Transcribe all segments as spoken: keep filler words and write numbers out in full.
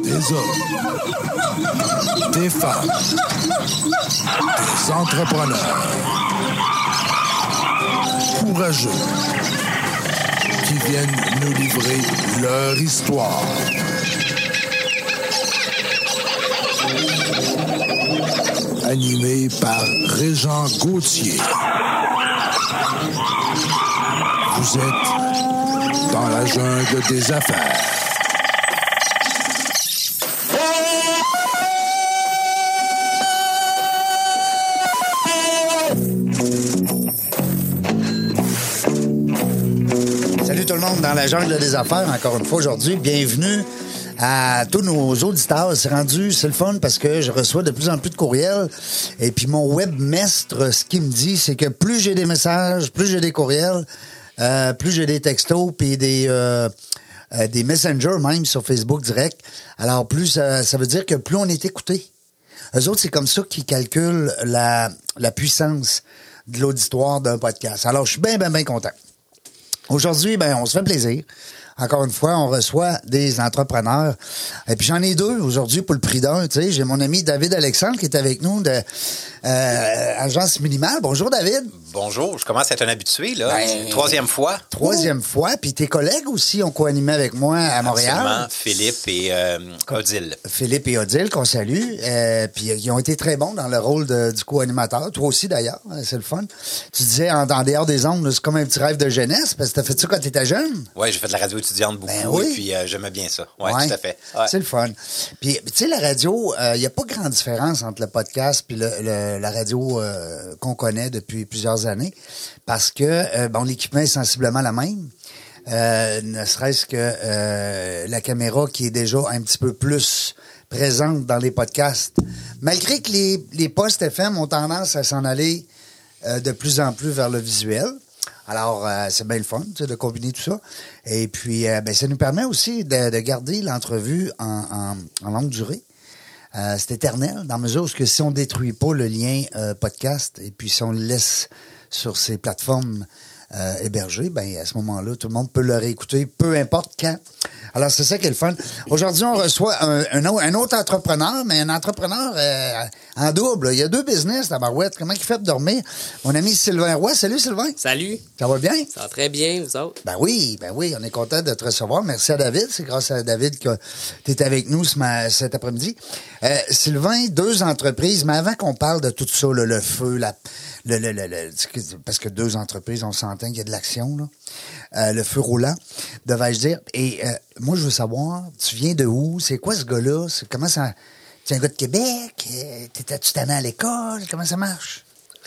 Des hommes, des femmes, des entrepreneurs courageux qui viennent nous livrer leur histoire. Animé par Régent Gauthier. Vous êtes dans la jungle des affaires. Salut tout le monde dans la jungle des affaires, encore une fois aujourd'hui. Bienvenue à tous nos auditeurs. C'est rendu, c'est le fun parce que je reçois de plus en plus de courriels. Et puis mon webmestre, ce qu'il me dit, c'est que plus j'ai des messages, plus j'ai des courriels, euh, plus j'ai des textos, puis des euh, euh, des messengers même sur Facebook direct. Alors plus euh, ça veut dire que plus on est écouté. Eux autres, c'est comme ça qu'ils calculent la, la puissance de l'auditoire d'un podcast. Alors je suis bien, bien, bien content. Aujourd'hui, ben, on se fait plaisir. Encore une fois, on reçoit des entrepreneurs. Et puis j'en ai deux aujourd'hui pour le prix d'un. Tu sais, j'ai mon ami David Alexandre qui est avec nous de euh, Agence Minimale. Bonjour David. Bonjour, je commence à être un habitué, là. Ben, Troisième fois. Troisième Ouh. fois. Puis tes collègues aussi ont co-animé avec moi à Montréal. Absolument, Philippe et euh, Odile. Philippe et Odile, qu'on salue. Euh, puis ils ont été très bons dans le rôle de, du co-animateur. Toi aussi, d'ailleurs. C'est le fun. Tu disais, en, en dehors des ondes, c'est comme un petit rêve de jeunesse, parce que t'as fait ça quand t'étais jeune. Oui, j'ai fait de la radio étudiante beaucoup, ben oui. Et puis euh, j'aimais bien ça. Oui, ouais, tout à fait. Ouais. C'est le fun. Puis, tu sais, la radio, il euh, n'y a pas grande différence entre le podcast puis le, le, la radio euh, qu'on connaît depuis plusieurs années, parce que, euh, bon, l'équipement est sensiblement la même. Euh, ne serait-ce que euh, la caméra qui est déjà un petit peu plus présente dans les podcasts. Malgré que les, les postes F M ont tendance à s'en aller euh, de plus en plus vers le visuel. Alors, euh, c'est bien le fun, tu sais, de combiner tout ça. Et puis, euh, ben, ça nous permet aussi de, de garder l'entrevue en, en, en longue durée. Euh, c'est éternel, dans la mesure où que si on détruit pas le lien euh, podcast et puis si on le laisse sur ces plateformes euh, hébergées, ben à ce moment-là, tout le monde peut le réécouter, peu importe quand. Alors, c'est ça qui est le fun. Aujourd'hui, on reçoit un, un, un autre entrepreneur, mais un entrepreneur euh, en double. Il y a deux business, la barouette. Comment il fait pour dormir? Mon ami Sylvain Roy. Salut, Sylvain. Salut. Ça va bien? Ça va très bien, vous autres? Ben oui, ben oui, on est content de te recevoir. Merci à David. C'est grâce à David que tu es avec nous ce ma, cet après-midi. Euh, Sylvain, deux entreprises, mais avant qu'on parle de tout ça, là, le feu, la, le, le, le, le, parce que deux entreprises, on s'entend qu'il y a de l'action, là. Euh, le feu roulant, devais-je dire. Et euh, moi, je veux savoir, tu viens de où? C'est quoi ce gars-là? C'est, comment ça... Tu es un gars de Québec? Euh, t'étais-tu tanné à l'école? Comment ça marche?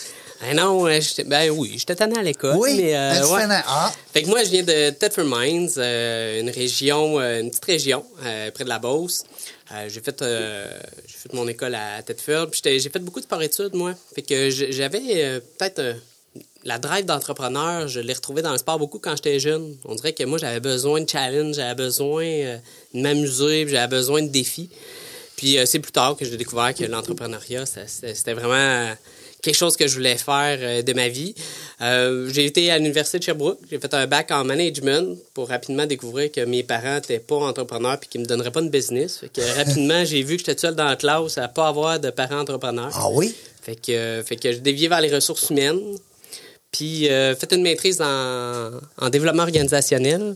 Ah non, euh, ben oui, j'étais tanné à l'école. Oui, mais, euh, ouais. ah. Fait que moi, je viens de Thetford Mines, euh, une région, euh, une petite région euh, près de la Beauce. Euh, j'ai fait euh, j'ai fait mon école à Thetford, puis j'ai fait beaucoup de sport-études, moi. Fait que j'avais euh, peut-être... Euh, la drive d'entrepreneur, je l'ai retrouvée dans le sport beaucoup quand j'étais jeune. On dirait que moi, j'avais besoin de challenge, j'avais besoin euh, de m'amuser, j'avais besoin de défis. Puis euh, c'est plus tard que j'ai découvert que l'entrepreneuriat, ça, c'était vraiment quelque chose que je voulais faire euh, de ma vie. Euh, j'ai été à l'Université de Sherbrooke. J'ai fait un bac en management pour rapidement découvrir que mes parents n'étaient pas entrepreneurs et qu'ils ne me donneraient pas de business. Fait que rapidement, j'ai vu que j'étais seul dans la classe à ne pas avoir de parents entrepreneurs. Ah oui? Fait que, euh, fait que j'ai dévié vers les ressources humaines. Puis, euh, fait une maîtrise en, en développement organisationnel.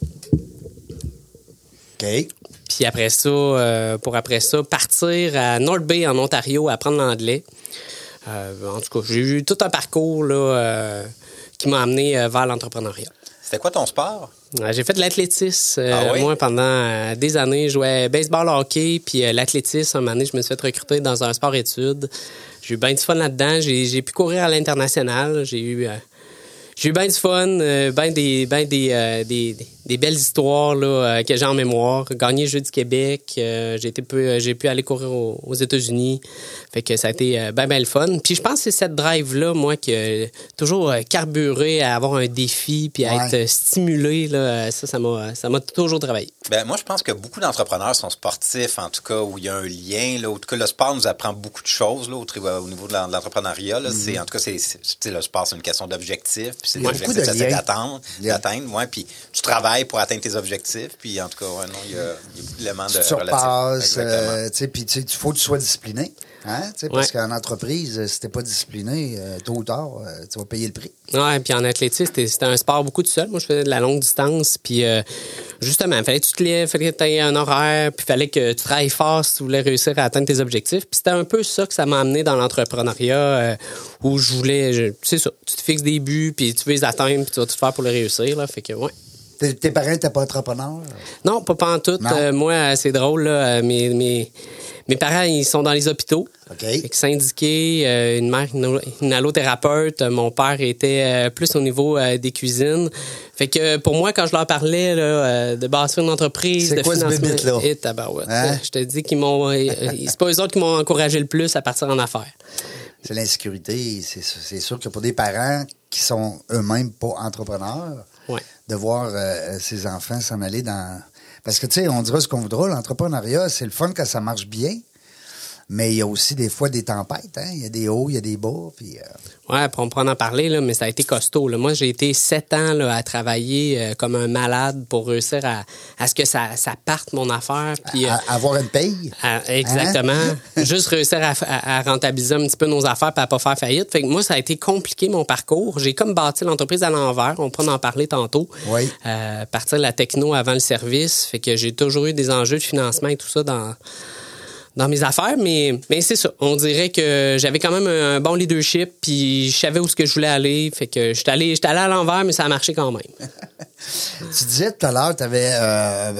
OK. Puis après ça, euh, pour après ça, partir à North Bay, en Ontario, à apprendre l'anglais. Euh, en tout cas, j'ai eu tout un parcours là, euh, qui m'a amené euh, vers l'entrepreneuriat. C'était quoi ton sport? Euh, j'ai fait de l'athlétisme. Euh, ah oui? Moi, pendant euh, des années, je jouais baseball, hockey, puis euh, l'athlétisme. Un moment donné, je me suis fait recruter dans un sport-études. J'ai eu bien du fun là-dedans. J'ai, j'ai pu courir à l'international. J'ai eu... Euh, J'ai eu bien du fun, euh, bien des, ben des, euh, des, des belles histoires là, euh, que j'ai en mémoire. Gagné le Jeu du Québec, euh, j'ai, été peu, j'ai pu aller courir aux, aux États-Unis. Fait que ça a été euh, bien, bien le fun. Puis je pense que c'est cette drive-là, moi, qui a toujours euh, carburé à avoir un défi puis à ouais. être euh, stimulé. Là, ça, ça m'a, ça m'a toujours travaillé. Ben moi, je pense que beaucoup d'entrepreneurs sont sportifs, en tout cas, où il y a un lien. Là, en tout cas, le sport nous apprend beaucoup de choses là, au, au niveau de l'entrepreneuriat. Là. Mm-hmm. C'est, en tout cas, c'est, c'est, le sport, c'est une question d'objectif. Puis c'est beaucoup de d'atteindre. d'atteindre ouais, puis tu travailles travailles pour atteindre tes objectifs. Puis en tout cas, ouais, non, il y a, il y a beaucoup d'éléments de Tu surpasses, relatifs. euh, tu sais, puis il faut que tu sois discipliné. Hein? Ouais. Parce qu'en entreprise, si t'es pas discipliné, euh, tôt ou tard, euh, tu vas payer le prix. Ouais, puis en athlétisme, c'était, c'était un sport beaucoup tout seul. Moi, je faisais de la longue distance, puis euh, justement, il fallait que tu te lèves, il fallait que tu aies un horaire, puis il fallait que tu travailles fort si tu voulais réussir à atteindre tes objectifs. Puis c'était un peu ça que ça m'a amené dans l'entrepreneuriat, euh, où je voulais, je, c'est ça, tu te fixes des buts, puis tu veux les atteindre, puis tu vas tout faire pour les réussir, là, fait que, ouais. Tes, tes parents n'étaient pas entrepreneurs? Non, pas, pas en tout. Euh, moi, c'est drôle, là, mes, mes, mes parents, ils sont dans les hôpitaux. OK. Fait que syndiqués, euh, une mère, une, une allothérapeute. Mon père était euh, plus au niveau euh, des cuisines. Fait que pour moi, quand je leur parlais là, euh, de bâtir une entreprise, c'est de quoi financement, ce bébite-là? et tabarouette, Hein? je te dis qu'ils m'ont, euh, c'est pas eux autres qui m'ont encouragé le plus à partir en affaires. C'est l'insécurité. C'est, c'est sûr que pour des parents qui sont eux-mêmes pas entrepreneurs, Ouais. de voir euh, ses enfants s'en aller dans... Parce que, tu sais, on dira ce qu'on voudra, l'entrepreneuriat, c'est le fun quand ça marche bien, mais il y a aussi des fois des tempêtes, hein? Il y a des hauts, il y a des bas, puis... Euh... Ouais, puis on pourra en parler, là, mais ça a été costaud. Là. Moi, j'ai été sept ans là, à travailler euh, comme un malade pour réussir à, à ce que ça, ça parte, mon affaire. Puis, euh, à, à avoir une paye. À, exactement. Hein? Juste réussir à, à, à rentabiliser un petit peu nos affaires et à pas faire faillite. Fait que moi, ça a été compliqué, mon parcours. J'ai comme bâti l'entreprise à l'envers. On pourra en parler tantôt. Oui. Euh, partir de la techno avant le service. Fait que j'ai toujours eu des enjeux de financement et tout ça dans... dans mes affaires, mais, mais c'est ça. On dirait que j'avais quand même un bon leadership, puis je savais où ce que je voulais aller. Fait que j'étais allé, j'étais allé à l'envers, mais ça a marché quand même. Tu disais tout à l'heure, tu avais euh,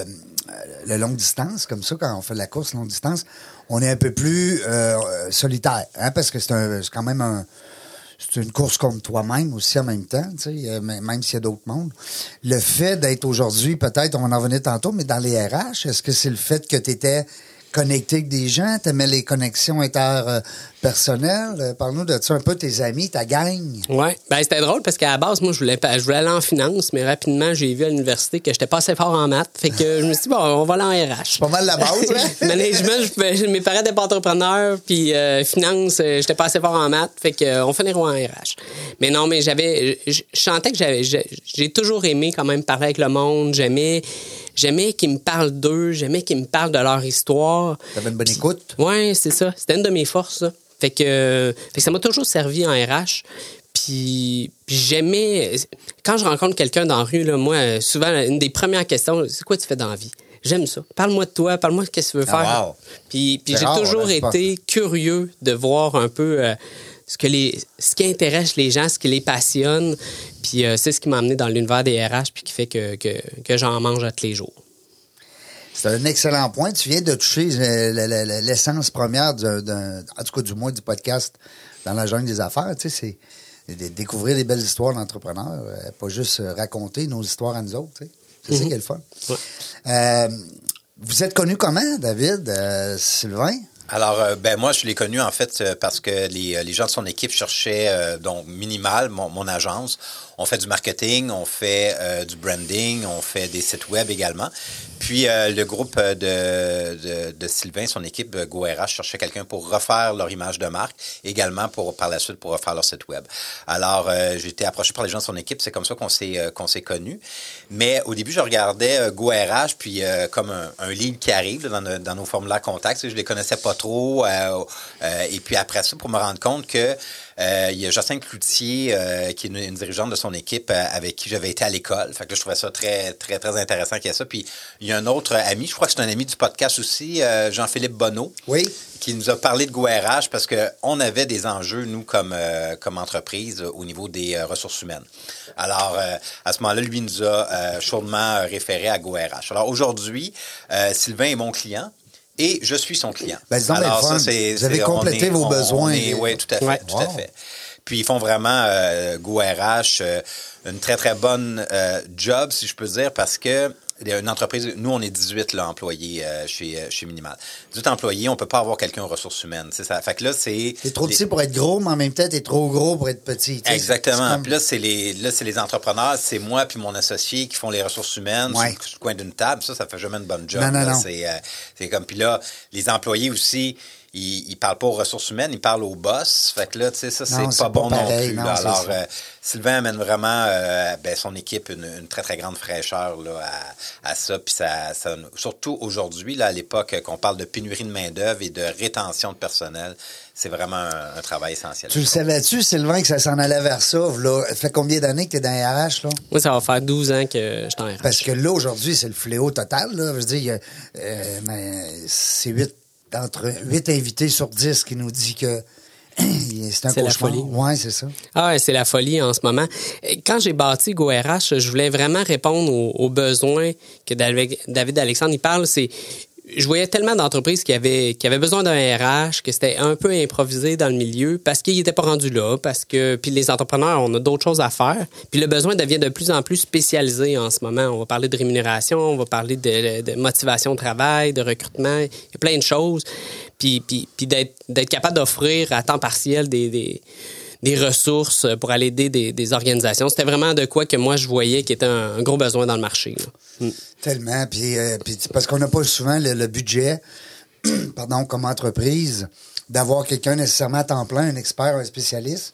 le longue distance, comme ça, quand on fait de la course longue distance, on est un peu plus euh, solitaire, hein, parce que c'est, un, c'est quand même un... C'est une course contre toi-même aussi en même temps, tu sais, même s'il y a d'autres mondes. Le fait d'être aujourd'hui, peut-être, on en venait tantôt, mais dans les R H, est-ce que c'est le fait que tu étais connecté avec des gens, t'aimais les connexions interpersonnelles? Parle-nous de ça un peu, tes amis, ta gang. Ouais, ben c'était drôle parce qu'à la base, moi, je voulais, je voulais aller en finance, mais rapidement, j'ai vu à l'université que j'étais pas assez fort en maths. Fait que je me suis dit, bon, on va aller en R H. C'est pas mal la base, hein? Management, je pouvais, mes parents n'étaient pas entrepreneurs, puis euh, finance, euh, j'étais pas assez fort en maths. Fait que euh, on finira en R H. Mais non, mais j'avais, je, je sentais que j'avais, j'ai, j'ai toujours aimé quand même parler avec le monde. J'aimais, j'aimais qu'ils me parlent d'eux, j'aimais qu'ils me parlent de leur histoire. T'avais une bonne écoute? Oui, c'est ça. C'était une de mes forces, ça. Fait que, euh, fait que ça m'a toujours servi en R H. Puis, puis j'aimais... Quand je rencontre quelqu'un dans la rue, là, moi, souvent, une des premières questions, c'est quoi tu fais dans la vie? J'aime ça. Parle-moi de toi, parle-moi de qu'est-ce que tu veux faire. Ah, wow. Puis, puis j'ai rare, toujours là, été pas... curieux de voir un peu euh, ce, que les, ce qui intéresse les gens, ce qui les passionne. Puis euh, c'est ce qui m'a amené dans l'univers des R H puis qui fait que, que, que j'en mange à tous les jours. C'est un excellent point. Tu viens de toucher l'essence première, d'un, d'un, en tout cas du moins du podcast dans la jungle des affaires. Tu sais, c'est de découvrir les belles histoires d'entrepreneurs, pas juste raconter nos histoires à nous autres. Tu sais. C'est mm-hmm. ça qui est le fun. Ouais. Euh, vous êtes connu comment, David, euh, Sylvain? Alors, euh, ben moi, je l'ai connu, en fait, euh, parce que les, les gens de son équipe cherchaient, euh, donc, Minimal, mon, mon agence. On fait du marketing, on fait euh, du branding, on fait des sites web également. Puis, euh, le groupe de, de, de Sylvain, son équipe GoRH, cherchait quelqu'un pour refaire leur image de marque, également pour, par la suite, pour refaire leur site web. Alors, euh, j'ai été approché par les gens de son équipe, c'est comme ça qu'on s'est, euh, qu'on s'est connus. Mais au début, je regardais euh, GoRH, puis euh, comme un, un lead qui arrive là, dans, nos, dans nos formulaires contacts, je les connaissais pas trop. Euh, euh, et puis après ça, pour me rendre compte que Euh, il y a Jocelyne Cloutier, euh, qui est une, une dirigeante de son équipe, euh, avec qui j'avais été à l'école. Fait que là, je trouvais ça très, très, très intéressant qu'il y ait ça. Puis, il y a un autre ami, je crois que c'est un ami du podcast aussi, euh, Jean-Philippe Bonneau. Oui. Qui nous a parlé de GoRH parce qu'on avait des enjeux, nous, comme, euh, comme entreprise, au niveau des euh, ressources humaines. Alors, euh, à ce moment-là, lui nous a euh, chaudement référé à GoRH. Alors, aujourd'hui, euh, Sylvain est mon client. Et je suis son client. Ben, disons, Alors, ça, c'est, vous avez complété est, vos on, besoins. Oui, tout à fait, ouais. tout wow. à fait. Puis, ils font vraiment, euh, GoRH, euh, une très, très bonne euh, job, si je peux dire, parce que une entreprise, nous, on est dix-huit là, employés euh, chez, chez Minimal. dix-huit employés, on peut pas avoir quelqu'un aux ressources humaines. C'est ça. Fait que là, c'est... T'es trop petit les... pour être gros, mais en même temps, t'es trop gros pour être petit. T'sais. Exactement. C'est comme... Puis là, c'est les, là, c'est les entrepreneurs, c'est moi puis mon associé qui font les ressources humaines ouais. sur, sur le coin d'une table. Ça, ça fait jamais une bonne job. Non, non, là. non. C'est, euh, c'est comme... Puis là, les employés aussi... il, il parle pas aux ressources humaines, il parle aux boss. Fait que là, tu sais, ça, c'est Non, pas c'est pas bon pareil, non plus. non, là. c'est Alors, ça. euh, Sylvain amène vraiment euh, ben, son équipe une, une très, très grande fraîcheur là, à, à ça. Puis ça, ça, surtout aujourd'hui, là, à l'époque qu'on parle de pénurie de main-d'œuvre et de rétention de personnel, c'est vraiment un, un travail essentiel. Tu le savais-tu, Sylvain, que ça s'en allait vers ça? Là, ça fait combien d'années que tu es dans les R H, là? Moi, ça va faire douze ans que je suis en R H. Parce que là, aujourd'hui, c'est le fléau total, là. Je veux dire, il y a, euh, mais c'est huit entre huit invités sur dix qui nous dit que c'est un C'est la cauchemar. folie. Oui, c'est ça. Ah ouais, c'est la folie en ce moment. Quand j'ai bâti GoRH, je voulais vraiment répondre aux, aux besoins que David, David Alexandre il parle. C'est je voyais tellement d'entreprises qui avaient, qui avaient besoin d'un R H, que c'était un peu improvisé dans le milieu parce qu'ils n'étaient pas rendus là, parce que puis les entrepreneurs, on a d'autres choses à faire. Puis le besoin devient de plus en plus spécialisé en ce moment. On va parler de rémunération, on va parler de, de motivation au travail, de recrutement, il y a plein de choses. Puis, puis, puis d'être, d'être capable d'offrir à temps partiel des... des des ressources pour aller aider des, des organisations. C'était vraiment de quoi que moi, je voyais qui était un, un gros besoin dans le marché. Mm. Tellement. Puis, euh, puis parce qu'on n'a pas souvent le, le budget, pardon, comme entreprise, d'avoir quelqu'un nécessairement à temps plein, un expert, un spécialiste.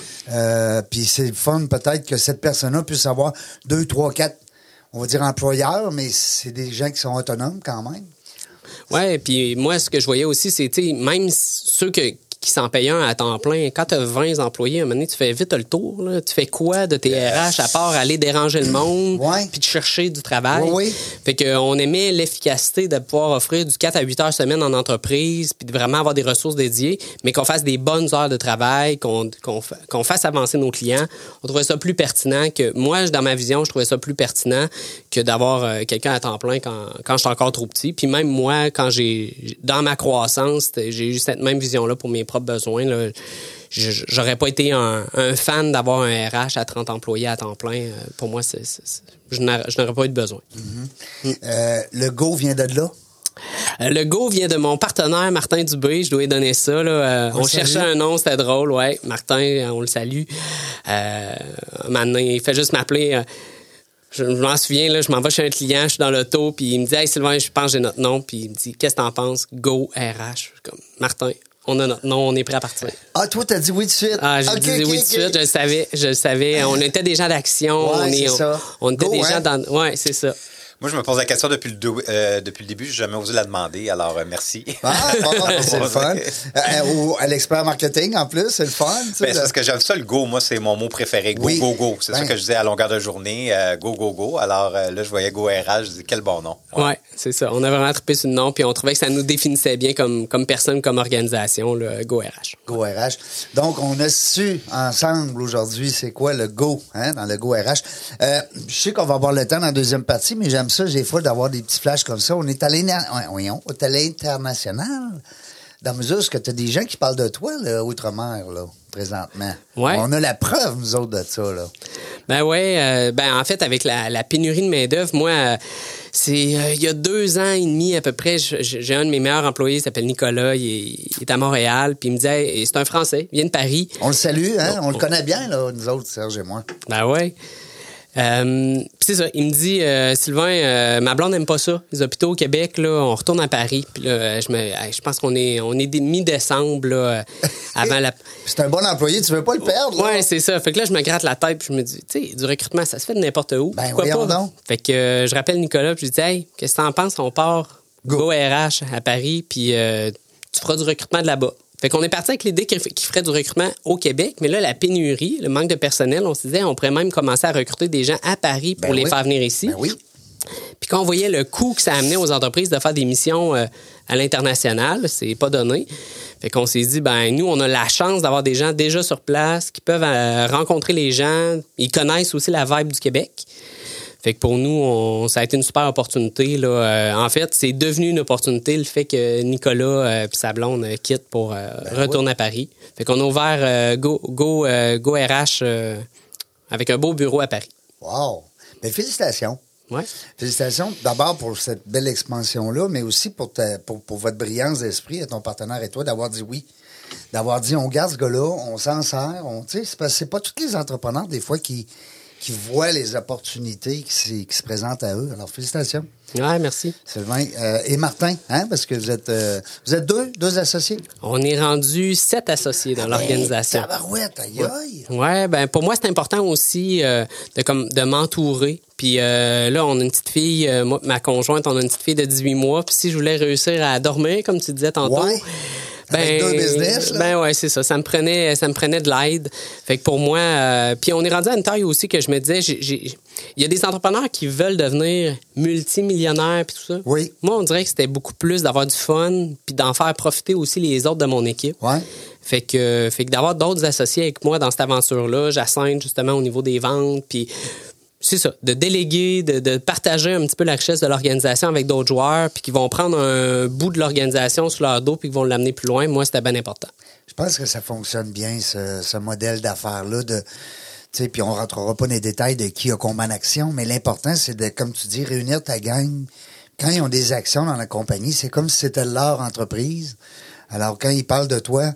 Euh, puis c'est le fun peut-être que cette personne-là puisse avoir deux, trois, quatre, on va dire employeurs, mais c'est des gens qui sont autonomes quand même. Ouais, puis moi, ce que je voyais aussi, c'est, tu sais, même ceux que qui s'en payent un à temps plein. Quand tu as vingt employés, à un moment donné, tu fais vite le tour. Là. Tu fais quoi de tes R H à part aller déranger le monde ouais. puis de chercher du travail? Oui, oui. Fait qu'on aimait l'efficacité de pouvoir offrir du quatre à huit heures semaine en entreprise puis de vraiment avoir des ressources dédiées, mais qu'on fasse des bonnes heures de travail, qu'on, qu'on, qu'on fasse avancer nos clients. On trouvait ça plus pertinent que... Moi, dans ma vision, je trouvais ça plus pertinent que d'avoir euh, quelqu'un à temps plein quand, quand j'étais encore trop petit. Puis même moi, quand j'ai... Dans ma croissance, j'ai eu cette même vision-là pour mes propres besoins. Là. J'aurais pas été un, un fan d'avoir un R H à trente employés à temps plein. Pour moi, c'est, c'est, c'est, je, n'aurais, je n'aurais pas eu de besoin. Mm-hmm. Mm. Euh, le go vient de là? Euh, le go vient de mon partenaire Martin Dubé. Je dois lui donner ça. Là. Euh, on on cherchait un nom, c'était drôle. Ouais, Martin, on le salue. Euh, maintenant, il fait juste m'appeler... Euh, Je, je m'en souviens, là, je m'en vais chez un client, je suis dans l'auto, puis il me dit « Hey Sylvain, je pense que j'ai notre nom. » Puis il me dit « Qu'est-ce que t'en penses? Go R H. » Je suis comme « Martin, on a notre nom, on est prêt à partir. » Ah, toi, t'as dit oui tout de suite? Ah, j'ai okay, dit okay, oui okay. tout de suite, je le savais, je le savais. On était des gens d'action. Ouais, on est, c'est on, ça. on était Go, des hein? gens dans... Ouais, c'est ça. Moi, je me pose la question depuis le, do- euh, depuis le début. Je n'ai jamais osé la demander, alors euh, merci. Ah, bon, c'est le fun. Euh, ou à l'expert marketing, en plus, c'est le fun. Tu sais, Ben, c'est parce que j'aime ça, le go. Moi, c'est mon mot préféré. Go, oui. go, go. C'est ben. ça que je disais à longueur de journée. Euh, go, go, go. Alors euh, là, je voyais Go R H. Je dis quel bon nom. Ouais, ouais c'est ça. On a vraiment trippé sur le nom, puis on trouvait que ça nous définissait bien comme, comme personne, comme organisation, le Go R H. Go R H. Donc, on a su ensemble aujourd'hui c'est quoi le go, hein, dans le Go R H. Euh, je sais qu'on va avoir le temps dans la deuxième partie, mais j'aime ça, des fois, d'avoir des petits flashs comme ça. On est à l'international, dans la mesure où tu as des gens qui parlent de toi, là, outre-mer, là, présentement. Ouais. On a la preuve, nous autres, de ça, là. Ben ouais, euh, ben en fait, avec la, la pénurie de main-d'œuvre, moi, euh, c'est euh, il y a deux ans et demi à peu près, j'ai un de mes meilleurs employés, il s'appelle Nicolas, il est, il est à Montréal, puis il me disait, c'est un Français, il vient de Paris. On le salue, hein? On, on le connaît bien, là, nous autres, Serge et moi. Ben ouais. Euh, puis c'est ça, il me dit euh, Sylvain, euh, ma blonde n'aime pas ça, les hôpitaux au Québec, là, on retourne à Paris. Puis là, je me, je pense qu'on est, on est mi-décembre là, avant la. C'est un bon employé, tu veux pas le perdre. Ouais, là. c'est ça. Fait que là, je me gratte la tête, puis je me dis, tu sais, du recrutement, ça se fait de n'importe où. Ben Pourquoi voyons pas? donc. Fait que euh, je rappelle Nicolas, puis je dis, hey, qu'est-ce que t'en penses? On part Go, Go R H à Paris, puis euh, tu feras du recrutement de là-bas. Fait qu'on est parti avec l'idée qu'il ferait du recrutement au Québec, mais là, la pénurie, le manque de personnel, on se disait, on pourrait même commencer à recruter des gens à Paris pour ben les oui. faire venir ici. Ben oui. Puis quand on voyait le coût que ça amenait aux entreprises de faire des missions euh, à l'international, c'est pas donné. Fait qu'on s'est dit, ben nous, on a la chance d'avoir des gens déjà sur place qui peuvent euh, rencontrer les gens. Ils connaissent aussi la vibe du Québec. Fait que pour nous, on, ça a été une super opportunité. Là. Euh, en fait, c'est devenu une opportunité le fait que Nicolas euh, et sa blonde euh, quittent pour euh, ben retourner oui. à Paris. Fait qu'on a ouvert euh, Go, Go, euh, Go R H euh, avec un beau bureau à Paris. Wow! Ben, félicitations. Ouais. Félicitations d'abord pour cette belle expansion-là, mais aussi pour, ta, pour, pour votre brillance d'esprit à ton partenaire et toi d'avoir dit oui. D'avoir dit on garde ce gars-là, on s'en sert. On, c'est, parce que c'est pas tous les entrepreneurs des fois qui... qui voient les opportunités qui, se- qui se présentent à eux. Alors, félicitations. Ouais, merci. Sylvain euh, et Martin, hein, parce que vous êtes euh, vous êtes deux, deux associés. On est rendu sept associés dans l'organisation. Hey, tabarouette, aïe aïe. Ouais, ben pour moi c'est important aussi euh, de comme de m'entourer. Puis euh, là, on a une petite fille, euh, moi, ma conjointe, on a une petite fille de dix-huit mois. Puis si je voulais réussir à dormir, comme tu disais tantôt, Ouais. Avec deux business, là. ben ouais, c'est ça. Ça me prenait, ça me prenait de l'aide. Fait que pour moi, euh, puis on est rendu à une taille aussi que je me disais, j'ai, j'ai, il y a des entrepreneurs qui veulent devenir multimillionnaires puis tout ça. Oui. Moi, on dirait que c'était beaucoup plus d'avoir du fun puis d'en faire profiter aussi les autres de mon équipe. Ouais. Fait que, fait que d'avoir d'autres associés avec moi dans cette aventure-là, Jacinthe, justement, au niveau des ventes, puis c'est ça, de déléguer, de, de partager un petit peu la richesse de l'organisation avec d'autres joueurs, puis qui vont prendre un bout de l'organisation sur leur dos, puis qui vont l'amener plus loin. Moi, c'était bien important. Je pense que ça fonctionne bien, ce, ce modèle d'affaires-là. De, tu sais, puis on rentrera pas dans les détails de qui a combien d'actions, mais l'important, c'est de, comme tu dis, réunir ta gang. Quand ils ont des actions dans la compagnie, c'est comme si c'était leur entreprise. Alors, quand ils parlent de toi,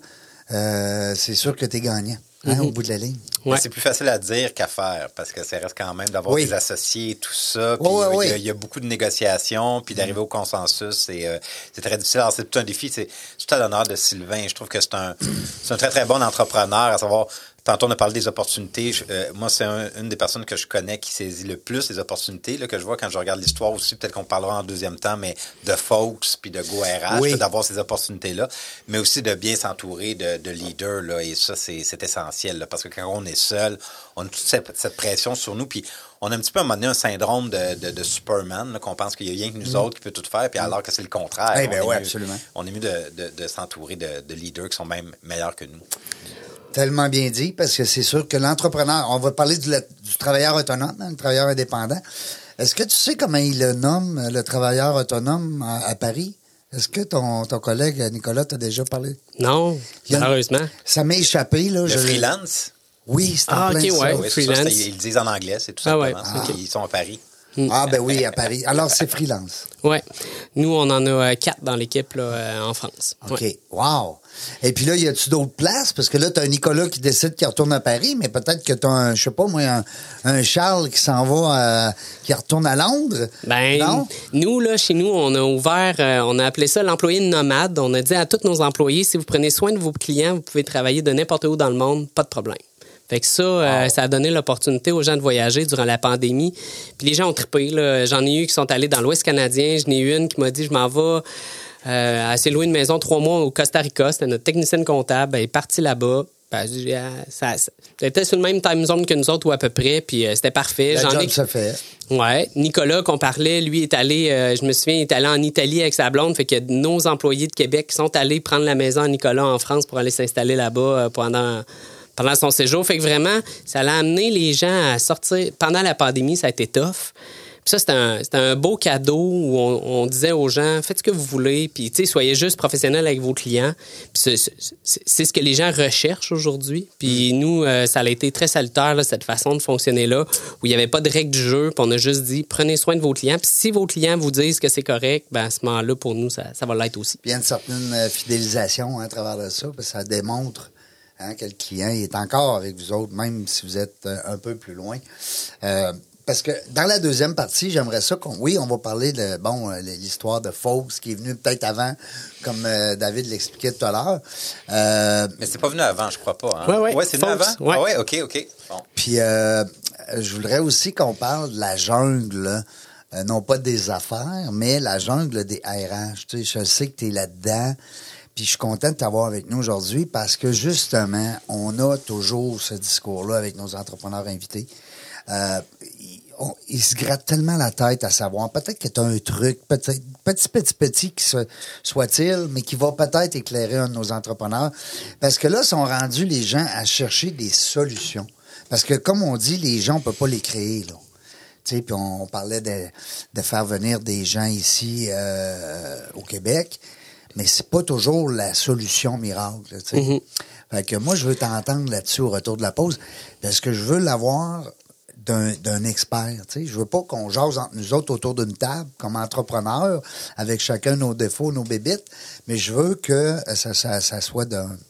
euh, c'est sûr que tu es gagnant, hein, Mm-hmm. au bout de la ligne. Mais Ouais. c'est plus facile à dire qu'à faire, parce que ça reste quand même d'avoir Oui. des associés et tout ça. Puis Oui, oui, il y a- oui. il y, a beaucoup de négociations, puis d'arriver au consensus, c'est euh, c'est très difficile. Alors, c'est tout un défi. C'est c'est tout à l'honneur de Sylvain. Je trouve que c'est un, c'est un très, très bon entrepreneur, à savoir... Tantôt, on a parlé des opportunités. Je, euh, moi, c'est un, une des personnes que je connais qui saisit le plus les opportunités, là, que je vois quand je regarde l'histoire aussi. Peut-être qu'on parlera en deuxième temps, mais de Folks puis de Go R H, Oui. là, d'avoir ces opportunités-là, mais aussi de bien s'entourer de, de leaders. Là, et ça, c'est, c'est essentiel. Là, parce que quand on est seul, on a toute cette, cette pression sur nous. Puis on a un petit peu à un moment donné un syndrome de, de, de Superman, là, qu'on pense qu'il y a rien que nous autres qui peut tout faire, puis alors que c'est le contraire. Eh ben on, est ouais, mieux, absolument. on est mieux de, de, de s'entourer de, de leaders qui sont même meilleurs que nous. Tellement bien dit, parce que c'est sûr que l'entrepreneur, on va parler du, du travailleur autonome, hein, le travailleur indépendant. Est-ce que tu sais comment il le nomme, le travailleur autonome à, à Paris? Est-ce que ton, ton collègue Nicolas t'a déjà parlé? Non, Il y a- malheureusement. Ça m'est échappé, là. Le je- freelance? Oui, c'est en Ah, plein ok, ça. ouais. Oui, c'est ça, freelance. c'est- ils le disent en anglais, c'est tout Ah ouais, simplement. ok. Ils sont à Paris. Ah, ben oui, à Paris. Alors, c'est freelance. Ouais. Nous, on en a euh, quatre dans l'équipe là, euh, en France. OK. Ouais. Wow. Et puis là, y a-tu d'autres places? Parce que là, t'as un Nicolas qui décide qu'il retourne à Paris, mais peut-être que t'as un, je sais pas moi, un, un Charles qui s'en va, euh, qui retourne à Londres. Ben, Non? nous, là, chez nous, on a ouvert, euh, on a appelé ça l'employé nomade. On a dit à tous nos employés, si vous prenez soin de vos clients, vous pouvez travailler de n'importe où dans le monde, pas de problème. Fait que ça, euh, ça a donné l'opportunité aux gens de voyager durant la pandémie. Puis les gens ont trippé, là. J'en ai eu qui sont allés dans l'Ouest canadien. J'en ai eu une qui m'a dit, je m'en vais euh, à s'est loué une maison trois mois au Costa Rica. C'était notre technicienne comptable. Elle est partie là-bas. Ben, je dis, ah, ça, ça, ça était sur le même time zone que nous autres ou à peu près. Puis euh, c'était parfait. Le J'en job ai... se fait. Ouais, Nicolas qu'on parlait, lui est allé, euh, je me souviens, il est allé en Italie avec sa blonde, fait que nos employés de Québec sont allés prendre la maison à Nicolas en France pour aller s'installer là-bas euh, pendant pendant son séjour. Fait que vraiment, ça l'a amené les gens à sortir. Pendant la pandémie, ça a été tough. Puis ça, c'était un, c'était un beau cadeau où on, on disait aux gens, faites ce que vous voulez, puis tu sais, soyez juste professionnels avec vos clients. Puis c'est, c'est, c'est ce que les gens recherchent aujourd'hui. Puis nous, euh, ça a été très salutaire, là, cette façon de fonctionner-là, où il n'y avait pas de règles du jeu, puis on a juste dit, prenez soin de vos clients. Puis si vos clients vous disent que c'est correct, ben à ce moment-là, pour nous, ça, ça va l'être aussi. Puis il y a une certaine euh, fidélisation hein, à travers de ça, parce que ça démontre hein, que le client est encore avec vous autres, même si vous êtes euh, un peu plus loin. Euh, Parce que dans la deuxième partie, j'aimerais ça qu'on... Oui, on va parler de, bon, euh, l'histoire de Folks qui est venue peut-être avant, comme euh, David l'expliquait tout à l'heure. Euh, Mais c'est pas venu avant, je crois pas. Hein? Ouais, ouais. Ouais, c'est venu Folks, avant? ouais. Ah ouais, OK, OK. Bon. Puis, euh, je voudrais aussi qu'on parle de la jungle, là. Euh, non pas des affaires, mais la jungle des R H. Tu sais, je sais que tu es là-dedans. Puis je suis content de t'avoir avec nous aujourd'hui parce que, justement, on a toujours ce discours-là avec nos entrepreneurs invités. Euh, ils, on- ils se grattent tellement la tête à savoir, peut-être que tu as un truc, peut-être petit, petit, petit qui se- soit-il, mais qui va peut-être éclairer un de nos entrepreneurs. Parce que là, sont rendus les gens à chercher des solutions. Parce que, comme on dit, les gens, on peut pas les créer, là. Tu sais, puis on, on parlait de, de faire venir des gens ici euh, au Québec, mais c'est pas toujours la solution miracle, tu sais. Mm-hmm. Fait que moi, je veux t'entendre là-dessus au retour de la pause, parce que je veux l'avoir d'un, d'un expert, tu sais. Je veux pas qu'on jase entre nous autres autour d'une table, comme entrepreneurs, avec chacun nos défauts, nos bébites, mais je veux que ça, ça, ça soit d'un,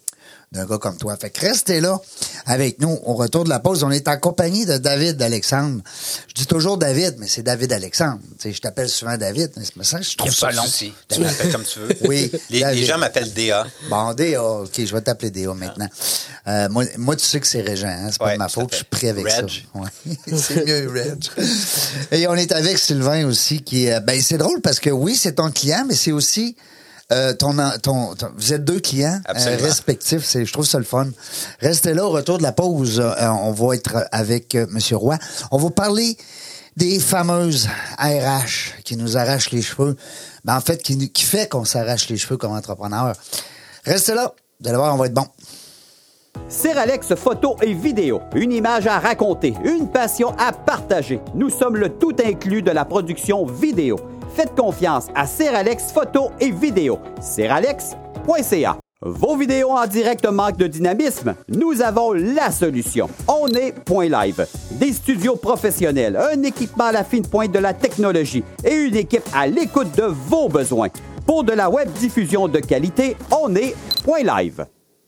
d'un gars comme toi. Fait que restez là avec nous. Au retour de la pause, on est en compagnie de David Alexandre. Je dis toujours David, mais c'est David Alexandre. Tu sais, je t'appelle souvent David, mais c'est pour ça que je trouve ça long. Souci. Tu m'appelles comme tu veux. Oui. Les, les gens m'appellent D A. Bon, D A, OK, je vais t'appeler D A maintenant. Euh, moi, moi, tu sais que c'est Régent, hein? C'est pas ouais, de ma faute, je suis pris avec Reg. ça. Ouais. C'est mieux, Reg. Et on est avec Sylvain aussi, qui est... Ben, c'est drôle parce que oui, c'est ton client, mais c'est aussi... Euh, ton, ton, ton, vous êtes deux clients euh, respectifs, c'est, je trouve ça le fun. Restez là, au retour de la pause, euh, on va être avec euh, M. Roy. On va parler des fameuses R H qui nous arrachent les cheveux. Ben, en fait, qui, qui fait qu'on s'arrache les cheveux comme entrepreneur. Restez là, vous allez voir, on va être bon. Seralex photo et vidéo, une image à raconter, une passion à partager. Nous sommes le tout inclus de la production vidéo. Faites confiance à Seralex photo et vidéo. seralex point c a. Vos vidéos en direct manquent de dynamisme? Nous avons la solution. On est Point Live. Des studios professionnels, un équipement à la fine pointe de la technologie et une équipe à l'écoute de vos besoins. Pour de la web diffusion de qualité, on est Point Live.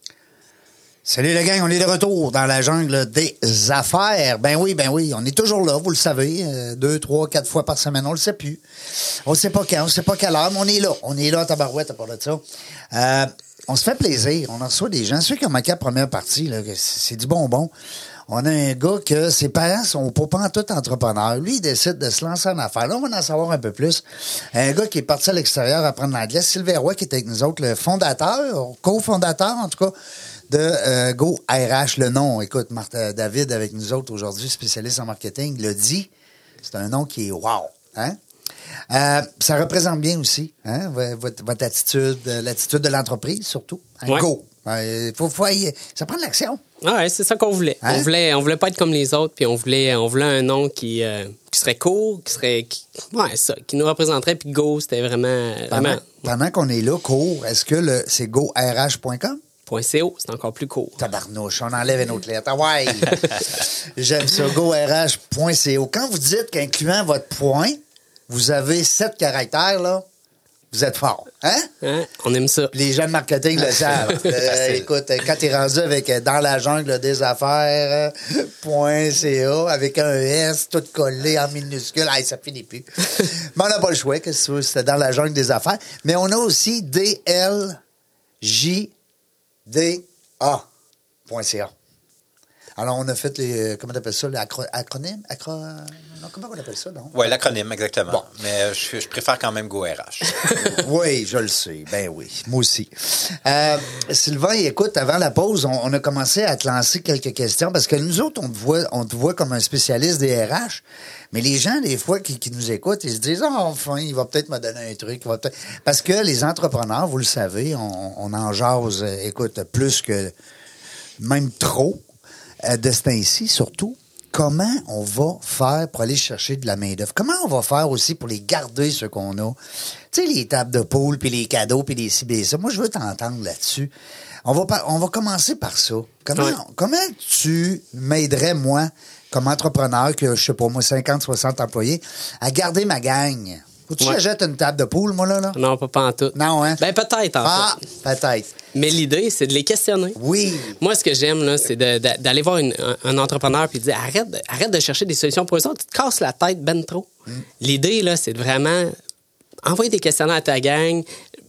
Salut les gang, on est de retour dans la jungle des affaires. Ben oui, ben oui, on est toujours là, vous le savez, euh, deux, trois, quatre fois par semaine, on le sait plus. On sait pas quand, on sait pas quelle heure, mais on est là. On est là à tabarouette à part de ça. Euh, on se fait plaisir, on en reçoit des gens. Ceux qui ont manqué la première partie, là, c'est du bonbon. On a un gars que ses parents sont pas en tout entrepreneurs. Lui, il décide de se lancer en affaires. Là, on va en savoir un peu plus. Un gars qui est parti à l'extérieur apprendre l'anglais. Sylvain Roy, qui est avec nous autres, le fondateur, cofondateur, en tout cas, de euh, Go R H, le nom. Écoute, Martha, David, avec nous autres aujourd'hui, spécialiste en marketing, l'a dit. C'est un nom qui est wow. Hein? Euh, ça représente bien aussi hein, votre, votre attitude, l'attitude de l'entreprise, surtout. Hein? Ouais. Go. Il faut, faut y... Ça prend de l'action. Ah ouais, c'est ça qu'on voulait. Hein? On voulait. On voulait pas être comme les autres, puis on voulait, on voulait un nom qui, euh, qui serait court, qui serait, qui, ouais, ça, qui nous représenterait. Puis Go, c'était vraiment, pendant, vraiment. Pendant qu'on est là, court, est-ce que le, c'est go r h point com? .co, c'est encore plus court. Tabarnouche, on enlève une autre lettre. Ah ouais! J'aime ça, go r h point co. Quand vous dites qu'incluant votre point, vous avez sept caractères, là, vous êtes fort. Hein? Hein? On aime ça. Les gens de marketing le savent. Euh, écoute, quand t'es rendu avec euh, dans la jungle des affaires, euh, point .ca, avec un S tout collé en minuscule, hey, ça finit plus. Mais on n'a pas le choix, que c'est dans la jungle des affaires. Mais on a aussi D L J D A point C A. Alors, on a fait les. Comment t'appelles ça? L'acronyme? Acro... Non, comment on appelle ça, non? Oui, l'acronyme, exactement. Bon. Mais je, je préfère quand même Go R H. Oui, je le sais. Ben oui, moi aussi. Euh, Sylvain, écoute, avant la pause, on, on a commencé à te lancer quelques questions parce que nous autres, on te voit, on te voit comme un spécialiste des R H. Mais les gens, des fois, qui, qui nous écoutent, ils se disent, ah, oh, enfin, il va peut-être me donner un truc. Il va peut-être... Parce que les entrepreneurs, vous le savez, on, on en jase, écoute, plus que même trop. De ce temps-ci, surtout, comment on va faire pour aller chercher de la main-d'œuvre? Comment on va faire aussi pour les garder, ceux qu'on a? Tu sais, les tables de poule, puis les cadeaux, puis les ci, puis ça. Moi, je veux t'entendre là-dessus. On va, par, on va commencer par ça. Comment, ouais. comment tu m'aiderais, moi, comme entrepreneur, que je sais pas, moi, cinquante, soixante employés, à garder ma gang? Faut-tu que j'achète une table de poule, moi, là? là? Non, pas, pas en tout. Non, hein? Ben, peut-être, en ah, fait. Ah, peut-être. Mais l'idée, c'est de les questionner. Oui. Moi, ce que j'aime, là, c'est de, de, d'aller voir une, un, un entrepreneur et de dire arrête, de, arrête de chercher des solutions pour eux autres, tu te casses la tête ben trop. Mm. L'idée, là, c'est de vraiment envoyer des questionnaires à ta gang,